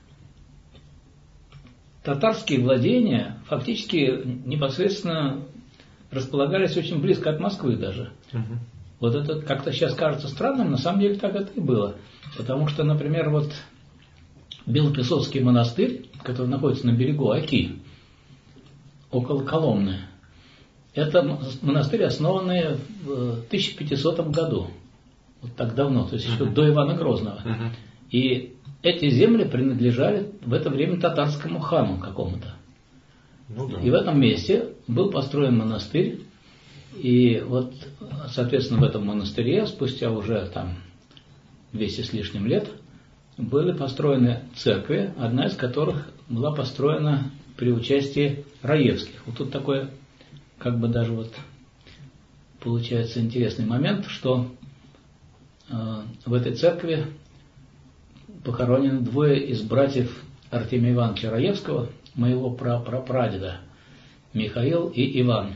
C: татарские владения, фактически непосредственно располагались очень близко от Москвы даже. Угу. Вот это как-то сейчас кажется странным, на самом деле так это и было. Потому что, например, вот
B: Белопесоцкий монастырь, который находится на берегу Оки, около Коломны. Это монастырь, основанный в тысяча пятисотом году. Вот так давно, то есть еще uh-huh. до Ивана Грозного. Uh-huh. И эти земли принадлежали в это время татарскому хану какому-то. Ну, да. И в этом месте был построен монастырь. И вот, соответственно, в этом монастыре, спустя уже там двести с лишним лет, были построены церкви, одна из которых была построена при участии Раевских. Вот тут такой, как бы даже вот получается интересный момент, что э, в этой церкви похоронены двое из братьев Артемия Ивановича Раевского, моего прапрапрадеда, Михаил и Иван.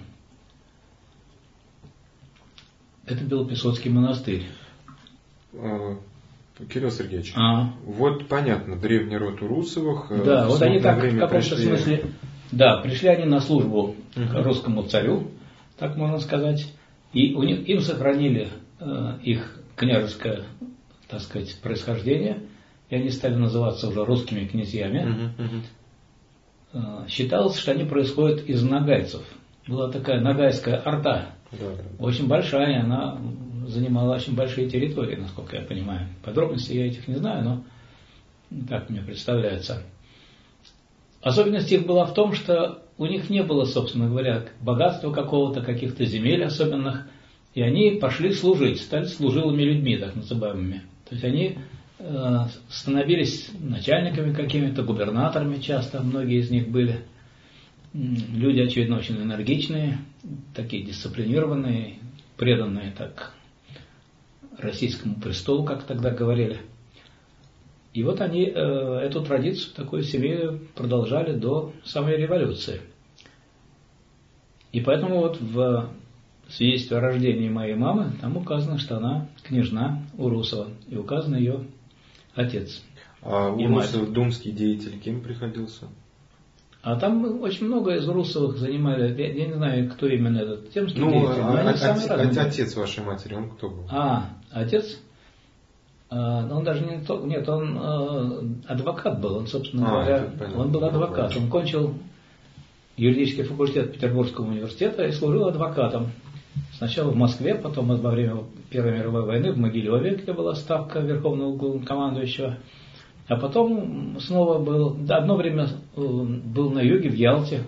B: Это Белопесоцкий монастырь.
A: Кирилл Сергеевич,
B: а.
A: вот понятно, древний род Урусовых.
B: Да, вот они так в каком-то пришли... смысле, да, пришли они на службу uh-huh. к русскому царю, так можно сказать, и у них, им сохранили э, их княжеское, так сказать, происхождение, и они стали называться уже русскими князьями. Uh-huh. Uh-huh. Э, считалось, что они происходят из нагайцев. Была такая нагайская орда, uh-huh. очень большая, она занимала очень большие территории, насколько я понимаю. Подробностей я этих не знаю, но так мне представляется. Особенность их была в том, что у них не было, собственно говоря, богатства какого-то, каких-то земель особенных, и они пошли служить, стали служилыми людьми, так называемыми. То есть они э, становились начальниками какими-то, губернаторами часто, многие из них были. Люди, очевидно, очень энергичные, такие дисциплинированные, преданные так российскому престолу, как тогда говорили. И вот они э, эту традицию, такую семью продолжали до самой революции. И поэтому вот в свидетельстве о рождении моей мамы там указано, что она княжна Урусова, и указан ее отец.
A: А Урусов, думский деятель, кем приходился?
B: А там очень много из Урусовых занимали, я, я не знаю, кто именно этот земский
A: ну,
B: деятель, но
A: а,
B: они
A: а,
B: самые
A: а,
B: разные.
A: Отец вашей матери, он кто был?
B: А, отец? А, он даже не то, нет, он а, адвокат был, он, собственно а, говоря, он был адвокат. Он кончил юридический факультет Петербургского университета и служил адвокатом. Сначала в Москве, потом во время Первой мировой войны в Могилеве, где была ставка Верховного главнокомандующего. А потом снова был, да, одно время был на юге, в Ялте.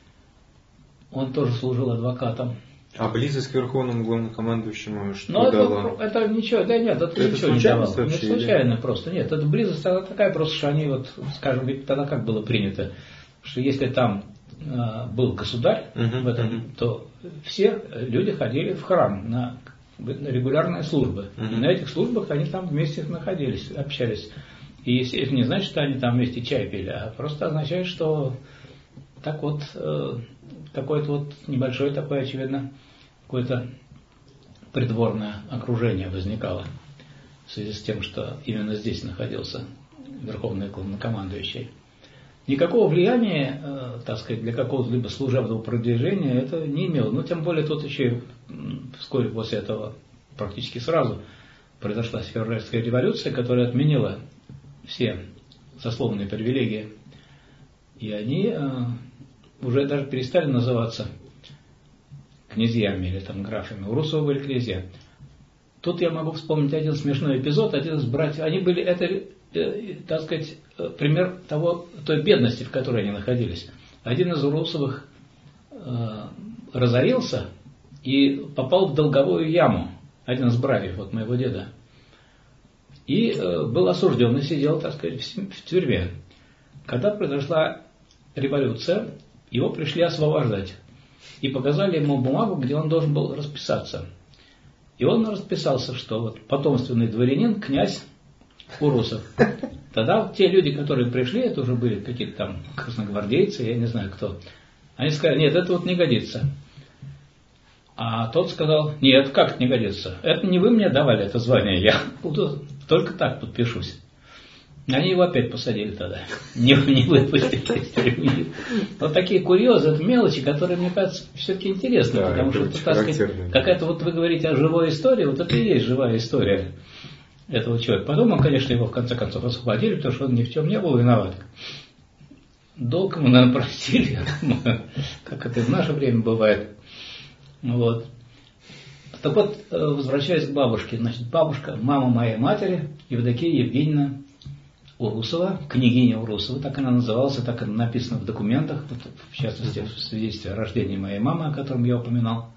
B: Он тоже служил адвокатом.
A: А близость к Верховному главнокомандующему что
B: Но
A: дало?
B: Это, это ничего, да нет, это, это ничего не давало. Не случайно или? Просто, нет, это близость она такая просто, что они вот, скажем, ведь тогда как было принято, что если там э, был государь uh-huh, в этом, uh-huh. то все люди ходили в храм на, на регулярные службы. Uh-huh. И на этих службах они там вместе находились, общались. И это не значит, что они там вместе чай пили, а просто означает, что так вот э, какое-то вот небольшое такое, очевидно, какое-то придворное окружение возникало в связи с тем, что именно здесь находился Верховный главнокомандующий. Никакого влияния, э, так сказать, для какого-либо служебного продвижения это не имело. Но тем более тут еще вскоре после этого, практически сразу, произошла февральская революция, которая отменила все сословные привилегии. И они э, уже даже перестали называться князьями или там графами. У Урусовы были князья. Тут я могу вспомнить один смешной эпизод. Один из братьев, они были, это, э, так сказать, пример того, той бедности, в которой они находились. Один из Урусовых э, разорился и попал в долговую яму. Один из братьев, вот моего деда. И э, был осужден и сидел, так сказать, в, в тюрьме. Когда произошла революция, его пришли освобождать. И показали ему бумагу, где он должен был расписаться. И он расписался, что вот потомственный дворянин, князь Урусов. Тогда те люди, которые пришли, это уже были какие-то там красногвардейцы, я не знаю кто. Они сказали, нет, это вот не годится. А тот сказал, нет, как это не годится? Это не вы мне давали это звание, я буду только так подпишусь. Они его опять посадили тогда. Не, не выпустили из тюрьмы. Вот такие курьезы, это мелочи, которые, мне кажется, все-таки интересны. Да, потому что это, так сказать, какая-то, вот вы говорите о живой истории, вот это и есть живая история. этого человека. Потом, он, конечно, его в конце концов освободили, потому что он ни в чем не был виноват. Долг ему, наверное, простили, как это и в наше время бывает. Вот. Так вот, возвращаясь к бабушке. Значит, бабушка, мама моей матери, Евдокия Евгеньевна Урусова, княгиня Урусова, так она называлась, так она написано в документах, в частности, в свидетельстве о рождении моей мамы, о котором я упоминал.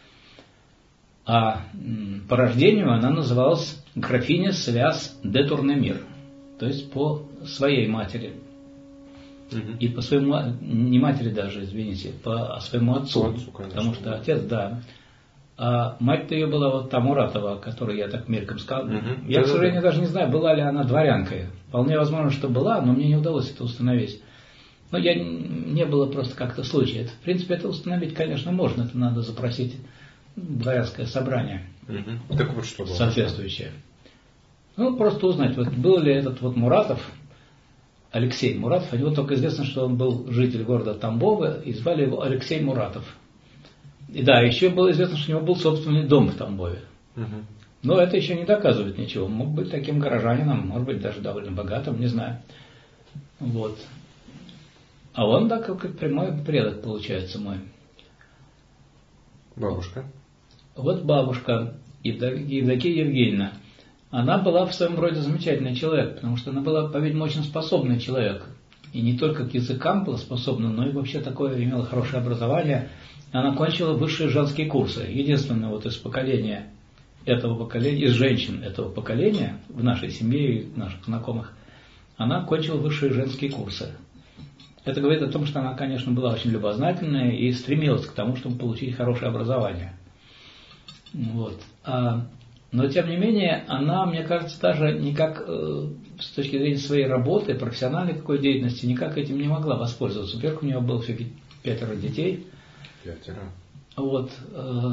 B: А по рождению она называлась графиня Связ де Турнемир, то есть по своей матери. Угу. И по своему, не матери даже, извините, по своему отцу, по отцу потому что отец, да. А мать-то ее была вот та Муратова, о которой я так мельком сказал. Угу. Я, да, к сожалению, да. даже не знаю, была ли она дворянкой. Вполне возможно, что была, но мне не удалось это установить. Но я не было просто как-то случая. Это, в принципе, это установить, конечно, можно. Это надо запросить дворянское собрание.
A: Угу. Так вот что было.
B: Соответствующее. Ну, просто узнать, вот был ли этот вот Муратов, Алексей Муратов. А него только известно, что он был житель города Тамбова, и звали его Алексей Муратов. И да, еще было известно, что у него был собственный дом в Тамбове. Угу. Но это еще не доказывает ничего. Мог быть таким горожанином, может быть, даже довольно богатым, не знаю. Вот. А он, да, как прямой предок, получается, мой.
A: Бабушка.
B: Вот бабушка Евдокия Евгеньевна. Она была в своем роде замечательный человек, потому что она была, по-видимому, очень способный человек. И не только к языкам была способна, но и вообще такое имела хорошее образование. Она кончила высшие женские курсы. Единственное вот из поколения этого поколения, из женщин этого поколения, в нашей семье и наших знакомых, она кончила высшие женские курсы. Это говорит о том, что она, конечно, была очень любознательная и стремилась к тому, чтобы получить хорошее образование. Вот. А, но, тем не менее, она, мне кажется, даже никак, э, с точки зрения своей работы, профессиональной какой деятельности, никак этим не могла воспользоваться. Во-первых, у нее было все-таки пятеро детей.
A: Пятеро.
B: Вот. Э,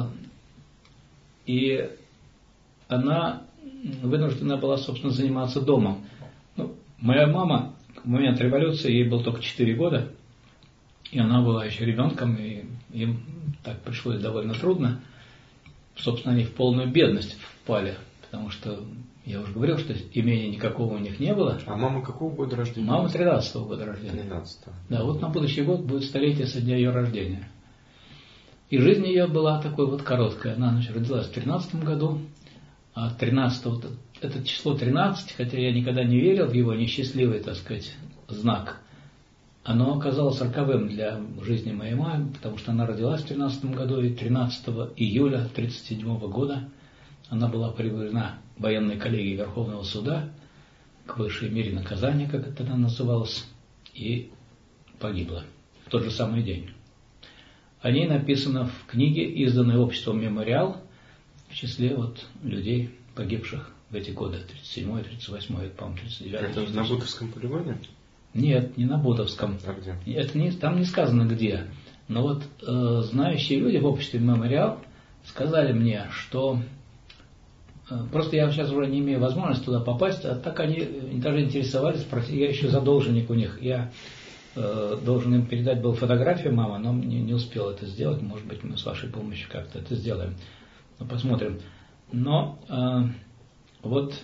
B: и она вынуждена была, собственно, заниматься домом. Ну, моя мама в момент революции, ей было только четыре года, и она была еще ребенком, и им так пришлось довольно трудно. Собственно, они в полную бедность впали, потому что, я уже говорил, что имения никакого у них не было.
A: А мама какого года рождения?
B: Мама тринадцатого года рождения.
A: тринадцатого.
B: Да, вот на будущий год будет столетие со дня ее рождения. И жизнь ее была такой вот короткая. Она, значит, родилась в тринадцатом году, а тринадцатого, это число тринадцать, хотя я никогда не верил в его несчастливый, так сказать, знак, оно оказалось роковым для жизни моей мамы, потому что она родилась в тринадцатом году, и тринадцатого июля тридцать седьмого года она была приговорена военной коллегией Верховного суда к высшей мере наказания, как это тогда называлось, и погибла в тот же самый день. О ней написано в книге, изданной обществом «Мемориал», в числе вот людей, погибших в эти годы, тридцать седьмой, тридцать восьмой, по-моему, тридцать девятый.
A: Это на Бутовском полигоне?
B: Нет, не на Бутовском.
A: А где?
B: Это не, там не сказано где. Но вот э, знающие люди в обществе «Мемориал» сказали мне, что... Э, просто я сейчас уже не имею возможности туда попасть, а так они даже интересовались, спросили, я еще задолженник у них, я э, должен им передать был фотографию мамы, но не, не успел это сделать, может быть, мы с вашей помощью как-то это сделаем. Ну, посмотрим. Но э, вот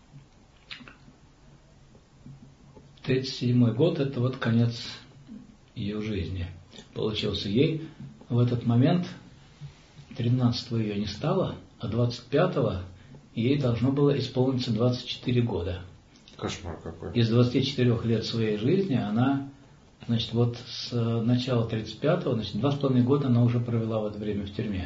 B: тридцать седьмой год, это вот конец ее жизни получился. Ей в этот момент, тринадцатого ее не стало, а двадцать пятого ей должно было исполниться двадцать четыре года.
A: Кошмар какой.
B: Из двадцати четырёх лет своей жизни она, значит, вот с начала тридцать пятого, значит, два с половиной года она уже провела в это время в тюрьме.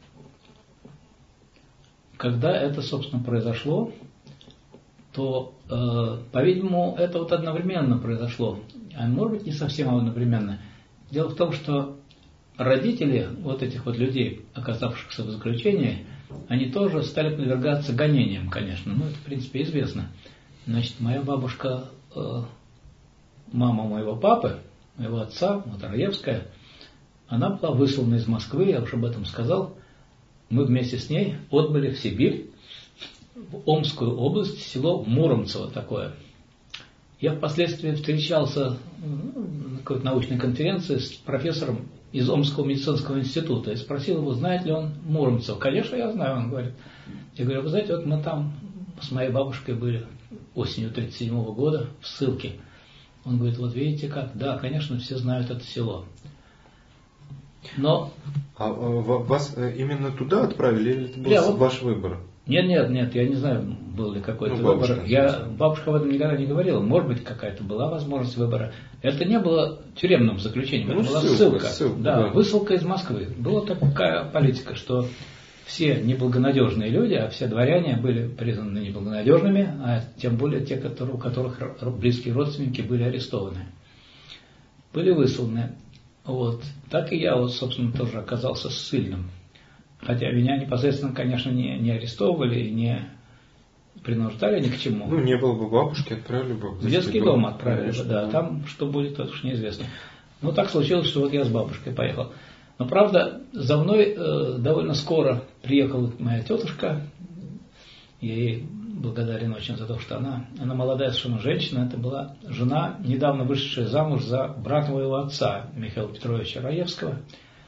B: Когда это, собственно, произошло, то, э, по-видимому, это вот одновременно произошло. А может быть, не совсем одновременно. Дело в том, что родители вот этих вот людей, оказавшихся в заключении, они тоже стали подвергаться гонениям, конечно. Ну, это, в принципе, известно. Значит, моя бабушка, э, мама моего папы, моего отца, вот Раевская, она была выслана из Москвы, я уже об этом сказал. Мы вместе с ней отбыли в Сибирь, в Омскую область, село Муромцево такое. Я впоследствии встречался на какой-то научной конференции с профессором из Омского медицинского института и спросил его, знает ли он Муромцево. Конечно, я знаю, он говорит. Я говорю, вы знаете, вот мы там с моей бабушкой были осенью тридцать седьмого года в ссылке. Он говорит, вот видите как, да, конечно, все знают это село. Но...
A: А вас именно туда отправили, или это был
B: Я вот...
A: ваш выбор?
B: Нет, нет, нет, я не знаю, был ли какой-то ну, выбор. Я, бабушка об этом никогда не говорила. Может быть, какая-то была возможность выбора. Это не было тюремным заключением, ну, это была ссылка. ссылка. ссылка да, да, высылка из Москвы. Была такая политика, что все неблагонадежные люди, а все дворяне были признаны неблагонадежными, а тем более те, которые, у которых близкие родственники были арестованы, были высланы. Вот. Так и я, вот, собственно, тоже оказался ссыльным. Хотя меня непосредственно, конечно, не, не арестовывали и не принуждали ни к чему.
A: Ну, не было бы бабушки, отправили бы
B: в детский дом. дом отправили бы, да. Там что будет, это уж неизвестно. Ну, так случилось, что вот я с бабушкой поехал. Но, правда, за мной э, довольно скоро приехала моя тетушка. Я ей благодарен очень за то, что она, она молодая совершенно женщина. Это была жена, недавно вышедшая замуж за брата моего отца, Михаила Петровича Раевского.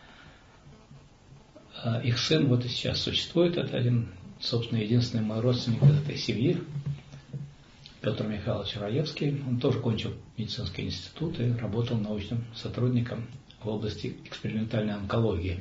B: Их сын вот и сейчас существует. Это один, собственно, единственный мой родственник из этой семьи, Петр Михайлович Раевский. Он тоже кончил медицинский институт и работал научным сотрудником в области экспериментальной онкологии.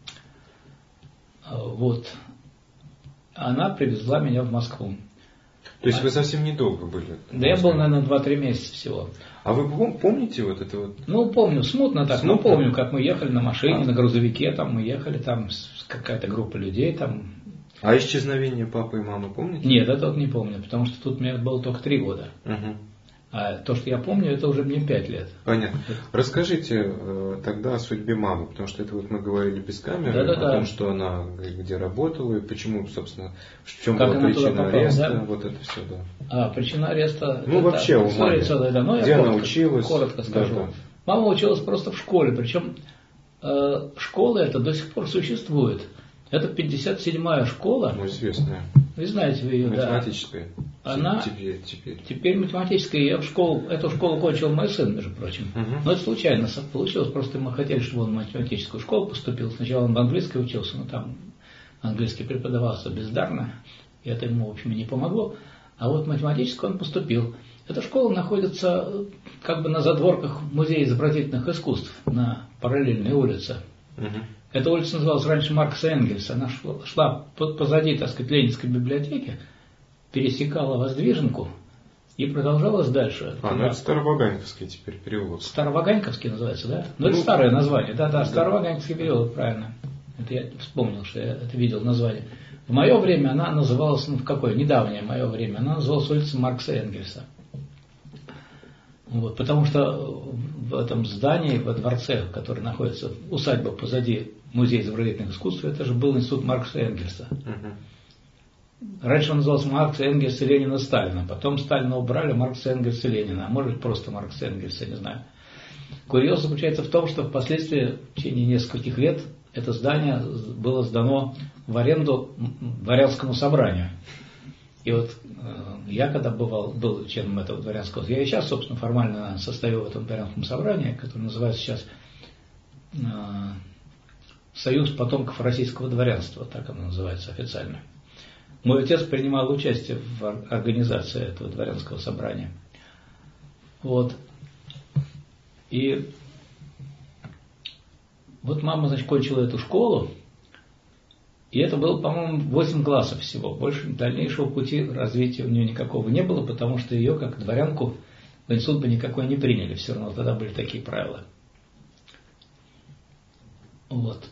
B: Вот. Она привезла меня в Москву.
A: То есть а, вы совсем недолго были?
B: Да я был, наверное, два-три месяца всего.
A: А вы помните вот это вот?
B: Ну, помню, смутно так.
A: Смутно?
B: Ну, помню, как мы ехали на машине, а. на грузовике, там мы ехали, там какая-то группа людей там.
A: А исчезновение папы и мамы помните?
B: Нет, это вот не помню, потому что тут мне было только три года.
A: Угу.
B: А то, что я помню, это уже мне пять лет.
A: Понятно. Расскажите э, тогда о судьбе мамы, потому что это вот мы говорили без камеры,
B: да, да,
A: о
B: да.
A: том, что она где работала, и почему, собственно, в чем
B: как
A: была причина попала, ареста, да? Вот это все, да.
B: А, причина ареста...
A: Ну, это вообще у мамы.
B: Целая, да. Ну,
A: где
B: я
A: она
B: коротко,
A: училась?
B: Коротко скажу. Да, да. Мама училась просто в школе, причем э, школа эта до сих пор существует. Это пятьдесят седьмая школа.
A: Ну, известная.
B: Вы знаете вы ее,
A: математическая.
B: Да. Она
A: теперь, теперь.
B: теперь математическая. Я в школу, эту школу кончил мой сын, между прочим. Угу. Но это случайно получилось. Просто мы хотели, чтобы он в математическую школу поступил. Сначала он в английской учился, но там английский преподавался бездарно. И это ему, в общем, и не помогло. А вот в математическую он поступил. Эта школа находится как бы на задворках Музея изобразительных искусств на параллельной улице. Угу. Эта улица называлась раньше Маркса Энгельса. Она шла, шла позади, так сказать, Ленинской библиотеки, пересекала Воздвиженку и продолжалась дальше.
A: А, ну это Староваганьковский теперь переулок.
B: Староваганьковский называется, да? Ну, ну это старое название, да-да, Староваганьковский переулок, правильно. Это я вспомнил, что я это видел название. В мое время она называлась, ну в какое, недавнее мое время, она называлась улица Маркса Энгельса. Вот, потому что в этом здании, во дворце, который находится, усадьба позади Музея изобразительных искусств, это же был институт Маркса Энгельса. Угу. Раньше он назывался Маркса Энгельса, Ленина, Сталина. Потом Сталина убрали, Маркса Энгельса, Ленина. А может быть просто Маркса Энгельса, не знаю. Курьез заключается в том, что впоследствии, в течение нескольких лет, это здание было сдано в аренду дворянскому собранию. И вот э, я когда бывал, был членом этого дворянского, я и сейчас, собственно, формально состою в этом дворянском собрании, которое называется сейчас э, Союз потомков российского дворянства, так оно называется официально. Мой отец принимал участие в организации этого дворянского собрания. Вот. И вот мама, значит, кончила эту школу. И это было, по-моему, восемь классов всего. Больше дальнейшего пути развития у нее никакого не было, потому что ее, как дворянку, в институт бы никакой не приняли. Все равно тогда были такие правила. Вот.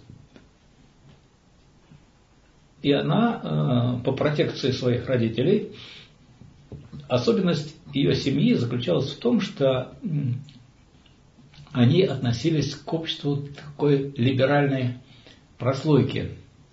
B: И она э, по протекции своих родителей, особенность ее семьи заключалась в том, что э, они относились к обществу такой либеральной прослойки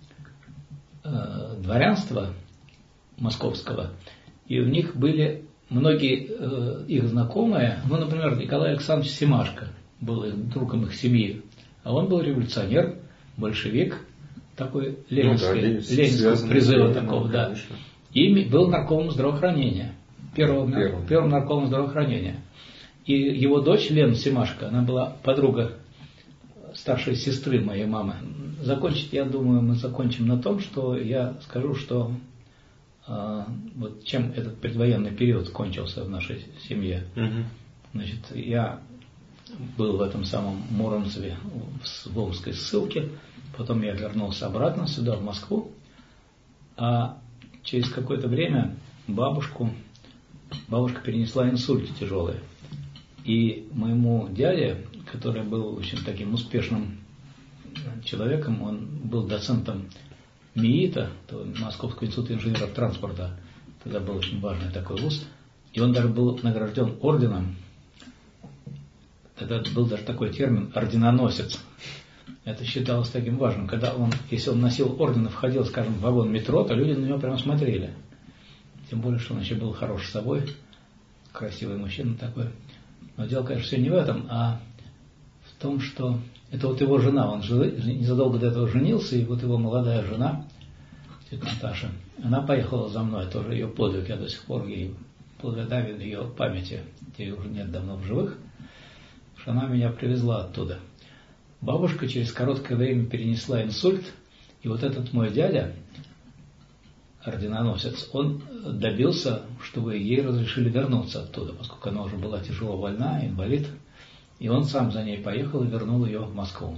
B: дворянства московского, и у них были многие э, их знакомые, ну, например, Николай Александрович Семашко был другом их семьи, а он был революционер, большевик, такой ленинский, ну, да, ленинского призыва такого, да, конечно. И был наркомом здравоохранения, первым, первым. первым наркомом здравоохранения. И его дочь Лена Семашко, она была подруга старшей сестры моей мамы. Закончить, я думаю, мы закончим на том, что я скажу, что вот чем этот предвоенный период кончился в нашей семье.
D: Угу.
B: Значит, я был в этом самом Муромцеве, в Волжской ссылке, потом я вернулся обратно сюда, в Москву, а через какое-то время бабушку, бабушка перенесла инсульт тяжелый. И моему дяде, который был очень таким успешным человеком, он был доцентом МИИТа, Московского института инженеров транспорта, тогда был очень важный такой вуз, и он даже был награжден орденом. Тогда был даже такой термин «орденоносец». Это считалось таким важным. Когда он, если он носил орден и входил, скажем, в вагон метро, то люди на него прямо смотрели. Тем более, что он еще был хорош собой, красивый мужчина такой. Но дело, конечно, все не в этом, а в том, что это вот его жена, он незадолго до этого женился, и вот его молодая жена, тетя Наташа, она поехала за мной, тоже ее подвиг, я до сих пор ей благодарен ее памяти, ее уже нет давно в живых, что она меня привезла оттуда. Бабушка через короткое время перенесла инсульт, и вот этот мой дядя, орденоносец, он добился, чтобы ей разрешили вернуться оттуда, поскольку она уже была тяжело больна, инвалид. И он сам за ней поехал и вернул ее в Москву.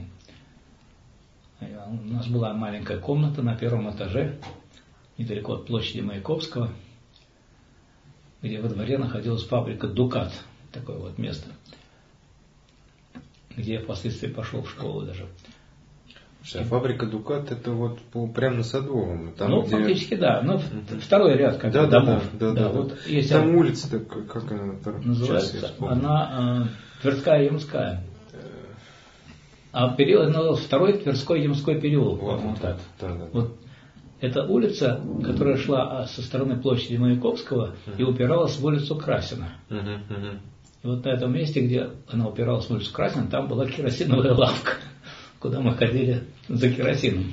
B: У нас была маленькая комната на первом этаже, недалеко от площади Маяковского, где во дворе находилась фабрика «Дукат», такое вот место, где я впоследствии пошел в школу даже.
D: А фабрика «Дукат» это вот прямо на Садовом. Там,
B: ну,
D: где...
B: фактически, да. Но uh-huh. второй ряд как
D: да,
B: домов.
D: Да, да, да. да,
B: вот
D: да.
B: есть
D: там
B: она,
D: улица, как она
B: называется? Она э, Тверская Ямская. А период назывался второй Тверской Ямской переулок.
D: Вот,
B: вот,
D: да, да, да.
B: Вот эта улица, которая шла со стороны площади Маяковского uh-huh. и упиралась в улицу Красина.
D: Uh-huh, uh-huh.
B: И вот на этом месте, где она упиралась в улицу Красина, там была керосиновая лавка, куда мы ходили за керосином.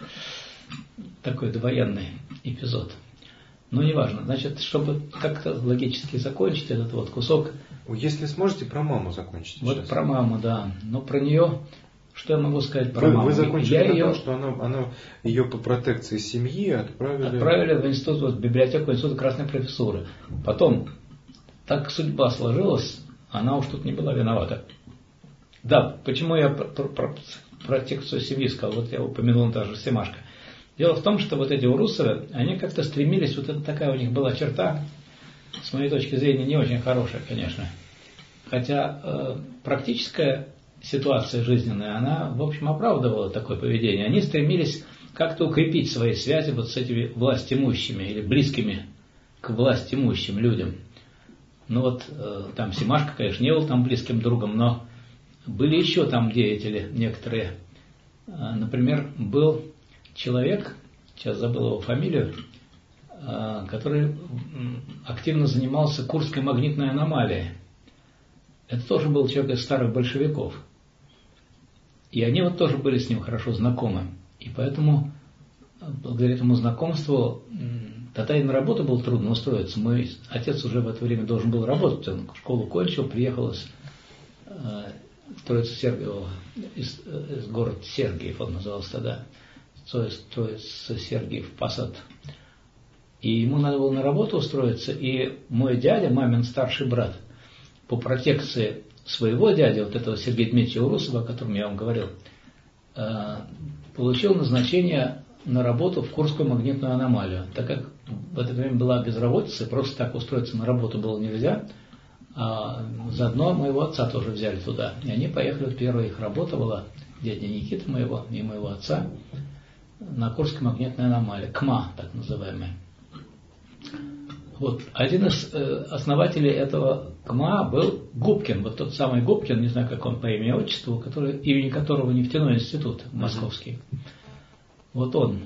B: Такой довоенный эпизод. Но неважно. Значит, чтобы как-то логически закончить этот вот кусок.
D: Если сможете, про маму закончить.
B: Вот
D: сейчас.
B: Про маму, да. Но про нее, что я могу сказать про
D: вы,
B: маму?
D: Вы закончили
B: я
D: на
B: ее...
D: том, что она, она, ее по протекции семьи отправили...
B: Отправили в институт, вот, в библиотеку Института Красной Профессуры. Потом, так судьба сложилась, она уж тут не была виновата. Да, почему я про, про, про протекцию семьи сказал, вот я упомянул даже Семашко. Дело в том, что вот эти урусовы, они как-то стремились, вот это такая у них была черта, с моей точки зрения, не очень хорошая, конечно. Хотя э, практическая ситуация жизненная, она, в общем, оправдывала такое поведение. Они стремились как-то укрепить свои связи вот с этими властимущими или близкими к властимущим людям. Ну вот, э, там Семашко, конечно, не был там близким другом, но были еще там деятели некоторые. Э, например, был человек, сейчас забыл его фамилию, который активно занимался Курской магнитной аномалией. Это тоже был человек из старых большевиков. И они вот тоже были с ним хорошо знакомы. И поэтому, благодаря этому знакомству, тогда и на работу было трудно устроиться. Мой отец уже в это время должен был работать. Он школу кончил, приехал из Троицы Сергиева, из, из города Сергиев, он назывался тогда. Троица Сергиев Посад. И ему надо было на работу устроиться, и мой дядя, мамин старший брат, по протекции своего дяди, вот этого Сергея Дмитриевича Урусова, о котором я вам говорил, получил назначение на работу в Курскую магнитную аномалию. Так как в это время была безработица, просто так устроиться на работу было нельзя, а заодно моего отца тоже взяли туда. И они поехали, первая их работа была, дядя Никита моего и моего отца, на Курской магнитной аномалии, КМА, так называемая. Вот. Один из э, основателей этого КМА был Губкин, вот тот самый Губкин, не знаю, как он по имени и отчеству, который, имени которого нефтяной институт московский. Mm-hmm. Вот он.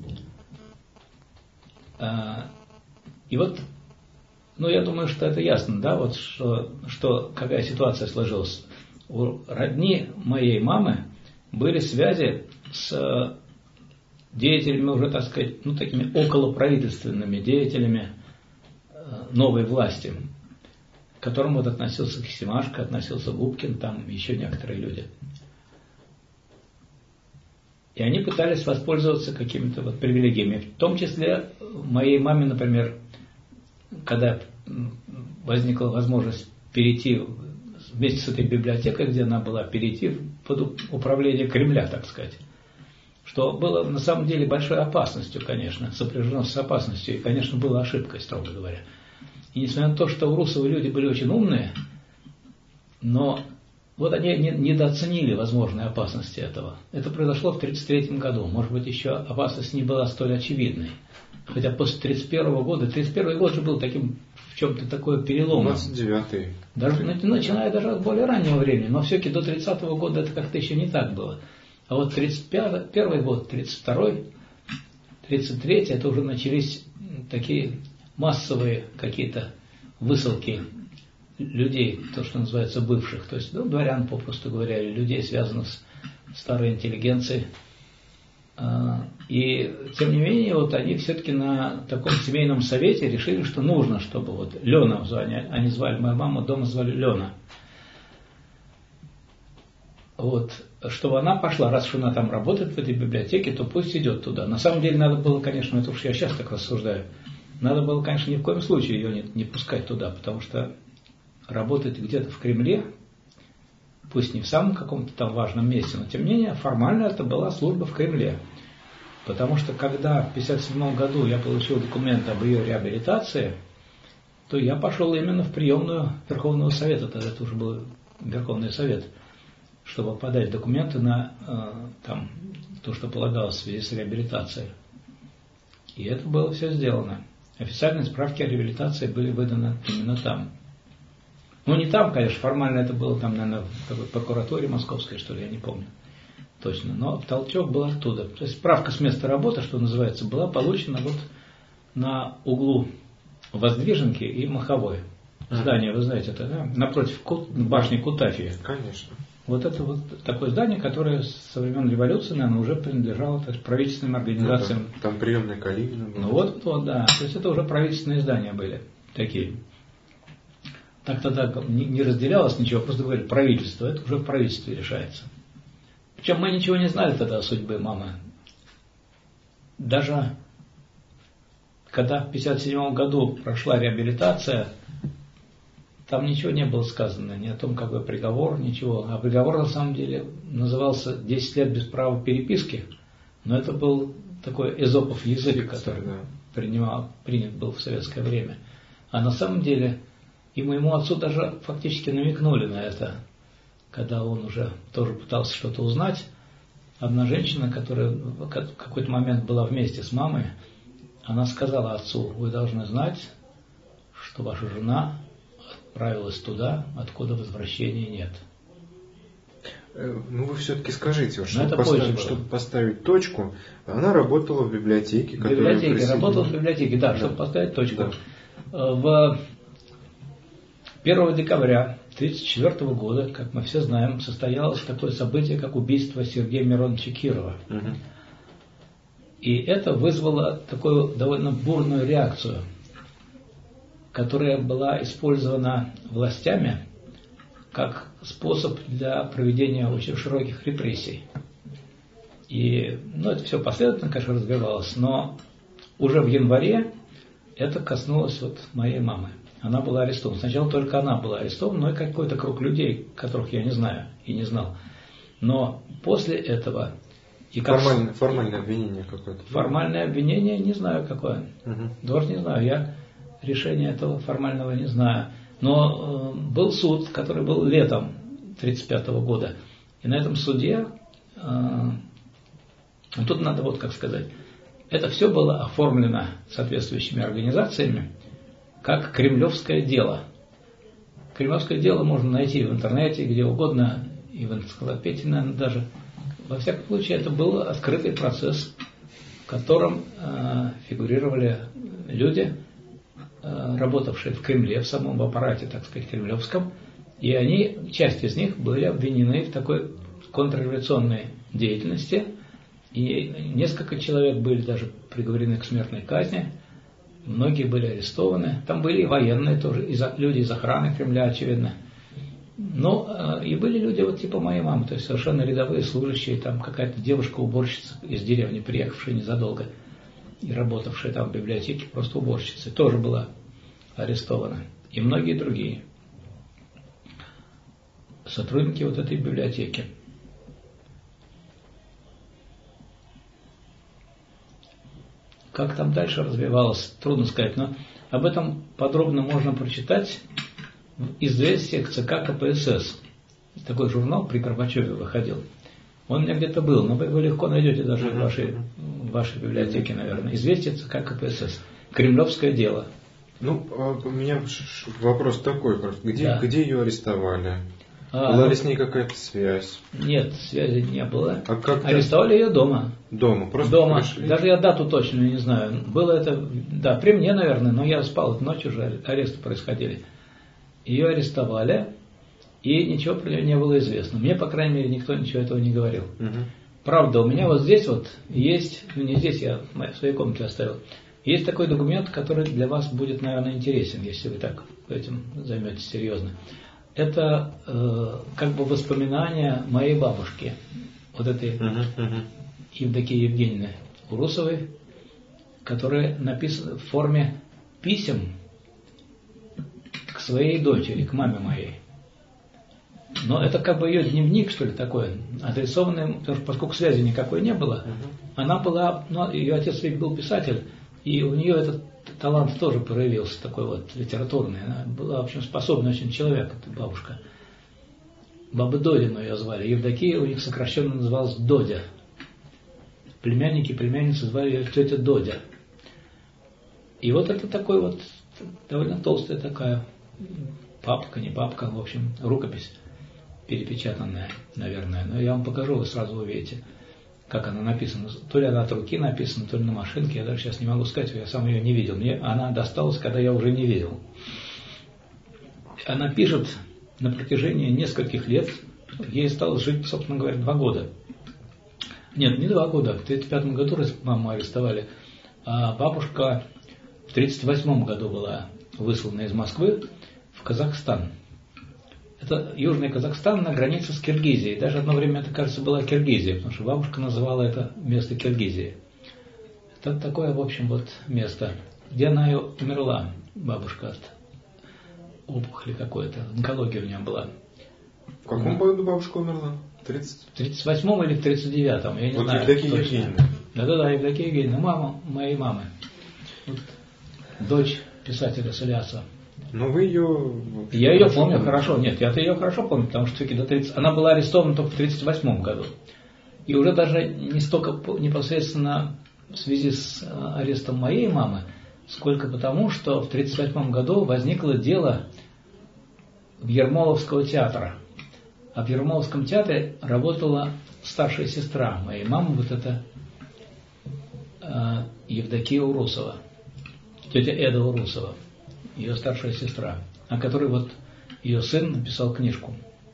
B: А, и вот, ну, я думаю, что это ясно, да, вот что, что какая ситуация сложилась. У родни моей мамы были связи с деятелями уже, так сказать, ну, такими околоправительственными деятелями новой власти, к которым вот относился Семашко, относился Губкин, там еще некоторые люди. И они пытались воспользоваться какими-то вот привилегиями. В том числе моей маме, например, когда возникла возможность перейти вместе с этой библиотекой, где она была, перейти под управление Кремля, так сказать. Что было на самом деле большой опасностью, конечно, сопряжено с опасностью. И, конечно, было ошибкой, строго говоря. И несмотря на то, что Урусовы люди были очень умные, но вот они недооценили возможные опасности этого. Это произошло в тридцать третьем году. Может быть, еще опасность не была столь очевидной. Хотя после тридцать первого года, тридцать первый год же был таким, в чем-то такое переломное.
D: двадцать девятый.
B: Даже, начиная даже от более раннего времени. Но все-таки до тридцатого года это как-то еще не так было. А вот тридцать первый год, тридцать второй, тридцать третий, это уже начались такие массовые какие-то высылки людей, то, что называется бывших, то есть ну, дворян, попросту говоря, или людей, связанных с старой интеллигенцией. И тем не менее, вот они все-таки на таком семейном совете решили, что нужно, чтобы вот Лена звали, они звали мою маму, дома звали Лена. Вот, чтобы она пошла, раз уж она там работает в этой библиотеке, то пусть идет туда. На самом деле надо было, конечно, это уж я сейчас так рассуждаю, надо было, конечно, ни в коем случае ее не, не пускать туда, потому что работать где-то в Кремле, пусть не в самом каком-то там важном месте, но тем не менее формально это была служба в Кремле. Потому что когда в пятьдесят седьмом году я получил документы об ее реабилитации, то я пошел именно в приемную Верховного Совета, тогда это уже был Верховный Совет, чтобы подать документы на э, там, то, что полагалось в связи с реабилитацией. И это было все сделано. Официальные справки о реабилитации были выданы именно там. Ну, не там, конечно, формально это было там, наверное, в какой прокуратуре московской, что ли, я не помню точно. Но толчок был оттуда. То есть справка с места работы, что называется, была получена вот на углу Воздвиженки и Маховой. Здание, вы знаете, это, да? Напротив башни Кутафии.
D: Конечно.
B: Вот это вот такое здание, которое со времен революции, наверное, уже принадлежало так, правительственным организациям.
D: Ну, там, там приемная Калинина была.
B: Ну вот, вот, да. То есть это уже правительственные здания были такие. Так тогда не разделялось ничего, просто говорили правительство, это уже в правительстве решается. Причем мы ничего не знали тогда о судьбе мамы. Даже когда в пятьдесят седьмом году прошла реабилитация, там ничего не было сказано, ни о том, какой приговор, ничего. А приговор на самом деле назывался десять лет без права переписки, но это был такой эзопов язык, который
D: да.
B: принимал, принят был в советское время. А на самом деле и моему отцу даже фактически намекнули на это, когда он уже тоже пытался что-то узнать. Одна женщина, которая в какой-то момент была вместе с мамой, она сказала отцу: вы должны знать, что ваша жена отправилась туда, откуда возвращения нет.
D: Ну, вы все-таки скажите, чтобы
B: это
D: поставить, чтобы поставить точку, она работала в библиотеке.
B: В библиотеке, работала в библиотеке, да, да. чтобы поставить точку. Да. В первого декабря тысяча девятьсот тридцать четвёртого года, как мы все знаем, состоялось такое событие, как убийство Сергея Мироновича Кирова. Угу. И это вызвало такую довольно бурную реакцию, которая была использована властями как способ для проведения очень широких репрессий. И ну, это все последовательно, конечно, развивалось, но уже в январе это коснулось вот моей мамы. Она была арестована. Сначала только она была арестована, но и какой-то круг людей, которых я не знаю и не знал. Но после этого... И как
D: формальное, формальное обвинение какое-то?
B: Формальное обвинение не знаю какое. Угу. Даже не знаю. Я решения этого формального не знаю. Но э, был суд, который был летом тридцать пятого года. И на этом суде... Э, тут надо вот как сказать. Это все было оформлено соответствующими организациями как кремлевское дело. Кремлевское дело можно найти в интернете, где угодно, и в энциклопедии, наверное, даже. Во всяком случае, это был открытый процесс, в котором э, фигурировали люди, э, работавшие в Кремле, в самом аппарате, так сказать, кремлевском, и они, часть из них были обвинены в такой контрреволюционной деятельности, и несколько человек были даже приговорены к смертной казни. Многие были арестованы. Там были и военные тоже, и люди из охраны Кремля, очевидно. Ну, и были люди вот типа моей мамы, то есть совершенно рядовые служащие, там какая-то девушка-уборщица из деревни, приехавшая незадолго и работавшая там в библиотеке, просто уборщицей, тоже была арестована. И многие другие сотрудники вот этой библиотеки. Как там дальше развивалось, трудно сказать, но об этом подробно можно прочитать в известиях ЦК КПСС. Такой журнал при Горбачеве выходил. Он у меня где-то был, но вы его легко найдете даже в вашей, в вашей библиотеке, наверное. Известие ЦК КПСС. Кремлевское дело.
D: Ну, у меня вопрос такой, где, да. где ее арестовали?
B: А,
D: Была
B: ну,
D: ли с ней какая-то связь?
B: Нет, связи не было.
D: А как
B: арестовали ее дома.
D: Дома, просто
B: дома.
D: пришли?
B: Даже я дату точно не знаю. Было это, да, при мне, наверное, но я спал, ночью уже аресты происходили. Ее арестовали, и ничего про нее не было известно. Мне, по крайней мере, никто ничего этого не говорил.
D: Угу.
B: Правда, у меня вот здесь вот есть, ну не здесь, я в своей комнате оставил, есть такой документ, который для вас будет, наверное, интересен, если вы так этим займетесь серьезно. Это э, как бы воспоминания моей бабушки, вот этой uh-huh, uh-huh. Евдокии Евгеньевны Урусовой, которые написаны в форме писем к своей дочери, к маме моей. Но это как бы ее дневник, что ли, такой, адресованный, потому что поскольку связи никакой не было, uh-huh. она была, ну, ее отец ведь был писатель, и у нее этот талант тоже проявился, такой вот литературный. Она была, в общем, способный очень человек, эта бабушка. Баба Додину ее звали. Евдокия у них сокращенно называлась Додя. Племянники и племянницы звали ее тетя Додя. И вот это такой вот, довольно толстая такая папка, не папка, в общем, рукопись перепечатанная, наверное. Но я вам покажу, вы сразу увидите, как она написана. То ли она от руки написана, то ли на машинке. Я даже сейчас не могу сказать, я сам ее не видел. Мне она досталась, когда я уже не видел. Она пишет на протяжении нескольких лет. Ей осталось жить, собственно говоря, два года. Нет, не два года. В тридцать пятом году маму арестовали. А бабушка в тридцать восьмом году была выслана из Москвы в Казахстан. Это Южный Казахстан на границе с Киргизией. Даже одно время это, кажется, была Киргизия, потому что бабушка называла это место Киргизией. Это такое, в общем, вот место, где она и умерла, бабушка, от опухоли какой-то. Онкология у нее была.
D: В каком году бабушка умерла? тридцать
B: В тридцать восьмом или в тридцать девятом, я не
D: вот
B: знаю.
D: Вот Евдокия Евгеньевна.
B: Да-да-да, Евдокия Евгеньевна, мама моей мамы. Вот, дочь писателя Солиаса.
D: Но вы ее...
B: Я ее помню помните? Хорошо. Нет, я-то ее хорошо помню, потому что до тридцать... она была арестована только в тридцать восьмом году. И уже даже не столько непосредственно в связи с арестом моей мамы, сколько потому, что в тридцать восьмом году возникло дело в Ермоловского театра. А в Ермоловском театре работала старшая сестра моей мамы, вот эта э, Евдокия Урусова, тетя Эда Урусова. Ее старшая сестра, о которой вот ее сын написал книжку.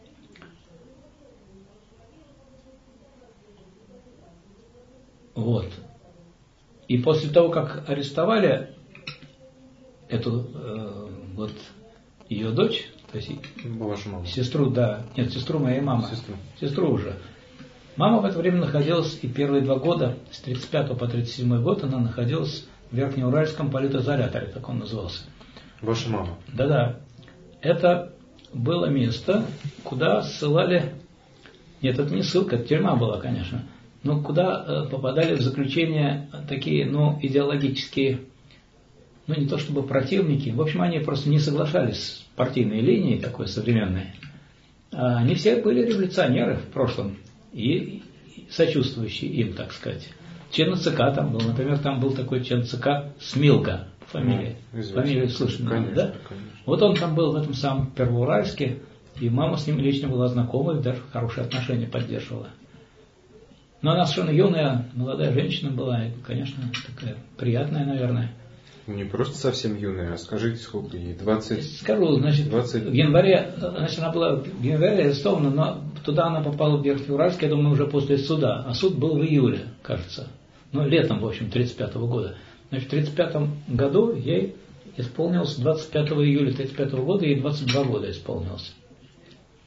B: Вот. И после того, как арестовали эту э, вот ее дочь, то есть
D: ваша мама.
B: Сестру, да, нет, сестру моей мамы,
D: сестру.
B: сестру уже. Мама в это время находилась, и первые два года, с тридцать пятого по тридцать седьмой год, она находилась в Верхнеуральском политизоляторе, так он назывался.
D: Ваша мама?
B: Да-да. Это было место, куда ссылали... Нет, это не ссылка, это тюрьма была, конечно. Но куда попадали в заключение такие, ну, идеологические, ну, не то чтобы противники. В общем, они просто не соглашались с партийной линией такой современной. Они все были революционеры в прошлом и сочувствующие им, так сказать. Член ЦК там был, например, там был такой член ЦК Смилга. Фамилия. Ну, фамилию слышно, конечно, да? Конечно. Вот он там был в этом самом Первоуральске, и мама с ним лично была знакома, и даже хорошие отношения поддерживала. Но она совершенно юная, молодая женщина была, и, конечно, такая приятная, наверное.
D: Не просто совсем юная, а скажите, сколько ей? двадцать?
B: Скажу, значит,
D: двадцать...
B: в январе, значит, она была в январе арестована, но туда она попала в Верхнеуральск, я думаю, уже после суда. А суд был в июле, кажется. Ну, летом, в общем, тридцать пятого года. Значит, в тридцать пятом году ей исполнилось двадцать пятого июля тридцать пятого года, ей двадцать два года исполнилось.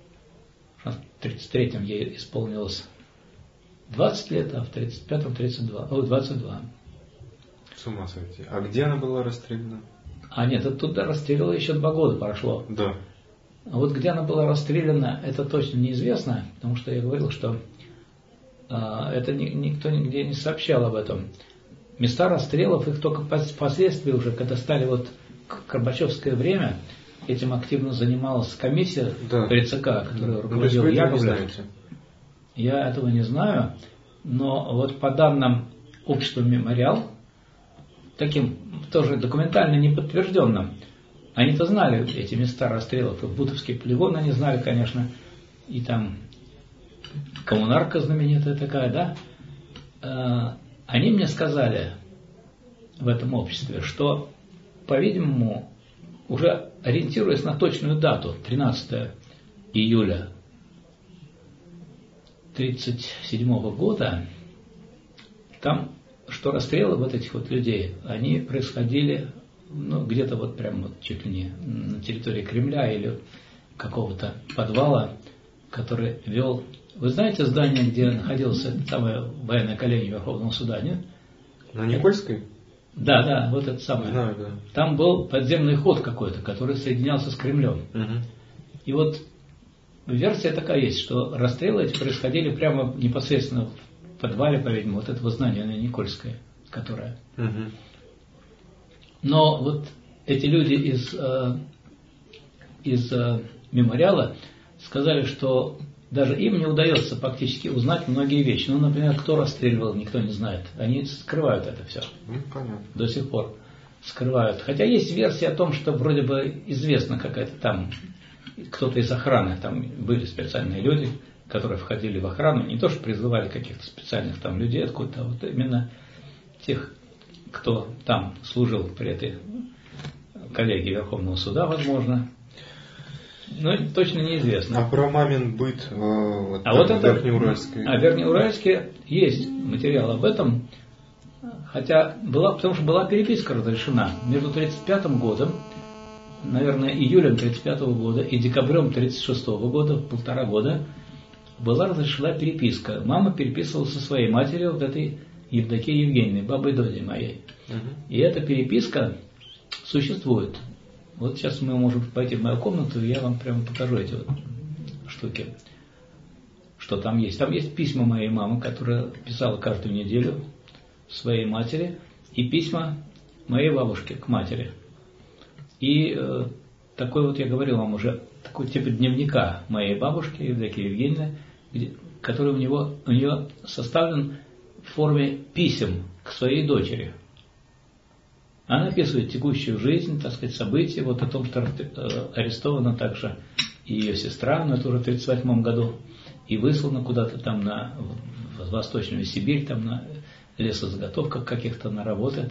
B: тридцать третьем ей исполнилось двадцать лет, а в тридцать пятом тридцать два, о, двадцать два.
D: С ума сойти. А где она была расстреляна?
B: А нет, это туда расстреляла еще два года прошло.
D: Да.
B: А вот где она была расстреляна, это точно неизвестно, потому что я говорил, что а, это ни, никто нигде не сообщал об этом. Места расстрелов, их только впоследствии уже, когда стали вот Горбачевское время, этим активно занималась комиссия
D: да.
B: при ЦК, которую руководил
D: ну,
B: Яковлев. Я этого не знаю, но вот по данным общества «Мемориал», таким тоже документально неподтвержденным, они-то знали эти места расстрелов, и Бутовский полигон они знали, конечно, и там коммунарка знаменитая такая, да. Они мне сказали в этом обществе, что, по-видимому, уже ориентируясь на точную дату, тринадцатого июля тридцать седьмого года, там, что расстрелы вот этих вот людей, они происходили, ну, где-то вот прям вот чуть ли не на территории Кремля или какого-то подвала, который вел... Вы знаете здание, где находилась самая военная коллегия Верховного суда, нет?
D: На Никольской?
B: Да, да, вот это самое.
D: Знаю, да.
B: Там был подземный ход какой-то, который соединялся с Кремлем.
D: Угу. И
B: вот версия такая есть, что расстрелы эти происходили прямо непосредственно в подвале, по-видимому, вот этого здания на Никольской, которое.
D: Угу.
B: Но вот эти люди из, э, из э, мемориала сказали, что даже им не удается фактически узнать многие вещи. Ну, например, кто расстреливал, никто не знает. Они скрывают это все.
D: Ну, понятно.
B: До сих пор скрывают. Хотя есть версия о том, что вроде бы известно какая-то там, кто-то из охраны, там были специальные люди, которые входили в охрану, не то что призывали каких-то специальных там людей откуда-то, а вот именно тех, кто там служил при этой коллегии Верховного суда, возможно. Ну, точно неизвестно.
D: А про мамин быт э, вот
B: а вот это,
D: Верхнеуральской?
B: А в Верхнеуральске есть материал об этом, хотя была, потому что была переписка разрешена между тридцать пятым годом, наверное, июлем тридцать пятого года и декабрем тридцать шестого года, полтора года, была разрешена переписка. Мама переписывалась со своей матерью, вот этой Евдокией Евгеньевной, бабой Додей моей. Угу. И эта переписка существует. Вот сейчас мы можем пойти в мою комнату, и я вам прямо покажу эти вот штуки, что там есть. Там есть письма моей мамы, которая писала каждую неделю своей матери, и письма моей бабушки к матери. И э, такой вот, я говорил вам уже, такой типа дневника моей бабушки, Евдокии Евгеньевны, где, который у, него, у нее составлен в форме писем к своей дочери. Она описывает текущую жизнь, так сказать, события, вот о том, что арестована также и ее сестра, но это уже в тридцать восьмом году, и выслана куда-то там на, в Восточную Сибирь, там на лесозаготовках каких-то она работает.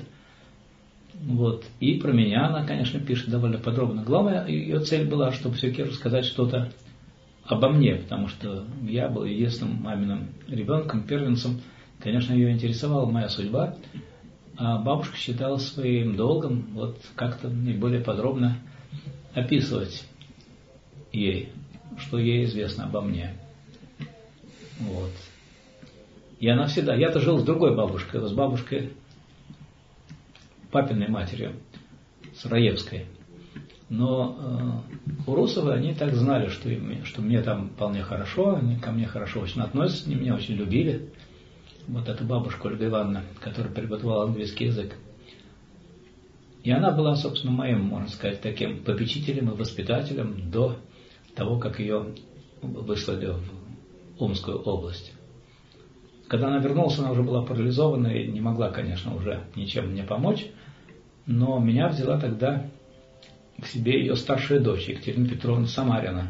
B: Вот. И про меня она, конечно, пишет довольно подробно. Главное, ее цель была, чтобы все-таки рассказать что-то обо мне, потому что я был единственным маминым ребенком, первенцем. Конечно, ее интересовала моя судьба. А бабушка считала своим долгом вот как-то наиболее подробно описывать ей, что ей известно обо мне. Вот. И она всегда... Я-то жил с другой бабушкой, с бабушкой папиной матерью, с Раевской. Но э, Урусовы, они так знали, что, им, что мне там вполне хорошо, они ко мне хорошо очень относятся, они меня очень любили. Вот эта бабушка Ольга Ивановна, которая преподавала английский язык. И она была, собственно, моим, можно сказать, таким попечителем и воспитателем до того, как ее выслали в Омскую область. Когда она вернулась, она уже была парализована и не могла, конечно, уже ничем мне помочь. Но меня взяла тогда к себе ее старшая дочь, Екатерина Петровна Самарина,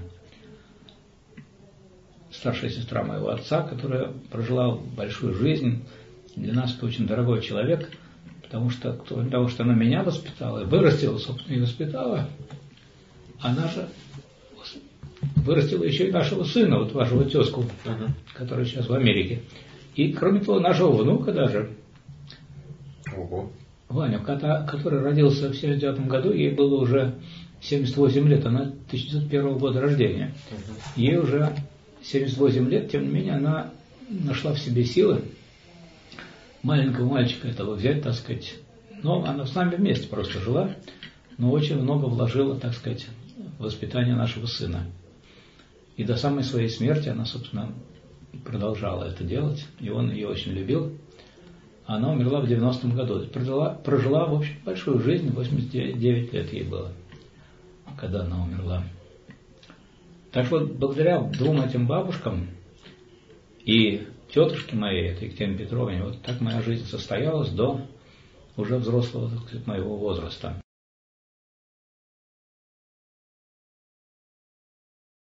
B: старшая сестра моего отца, которая прожила большую жизнь. Для нас это очень дорогой человек, потому что, кроме того, что она меня воспитала, вырастила, собственно, и воспитала, она же вырастила еще и нашего сына, вот вашего тезку, uh-huh. который сейчас в Америке. И, кроме того, нашего внука даже,
D: uh-huh.
B: Ваню, который родился в семьдесят девятом году, ей было уже семьдесят восемь лет, она тысяча девятьсот первого года рождения. Uh-huh. Ей уже семьдесят восемь лет, тем не менее, она нашла в себе силы маленького мальчика этого взять, так сказать. Но она с нами вместе просто жила, но очень много вложила, так сказать, в воспитание нашего сына. И до самой своей смерти она, собственно, продолжала это делать, и он ее очень любил. Она умерла в девяностом году. Прожила, прожила, в общем, большую жизнь, восемьдесят девять лет ей было, когда она умерла. Так что вот благодаря двум этим бабушкам и тетушке моей, этой Екатерине Петровне, вот так моя жизнь состоялась до уже взрослого, так сказать, моего возраста.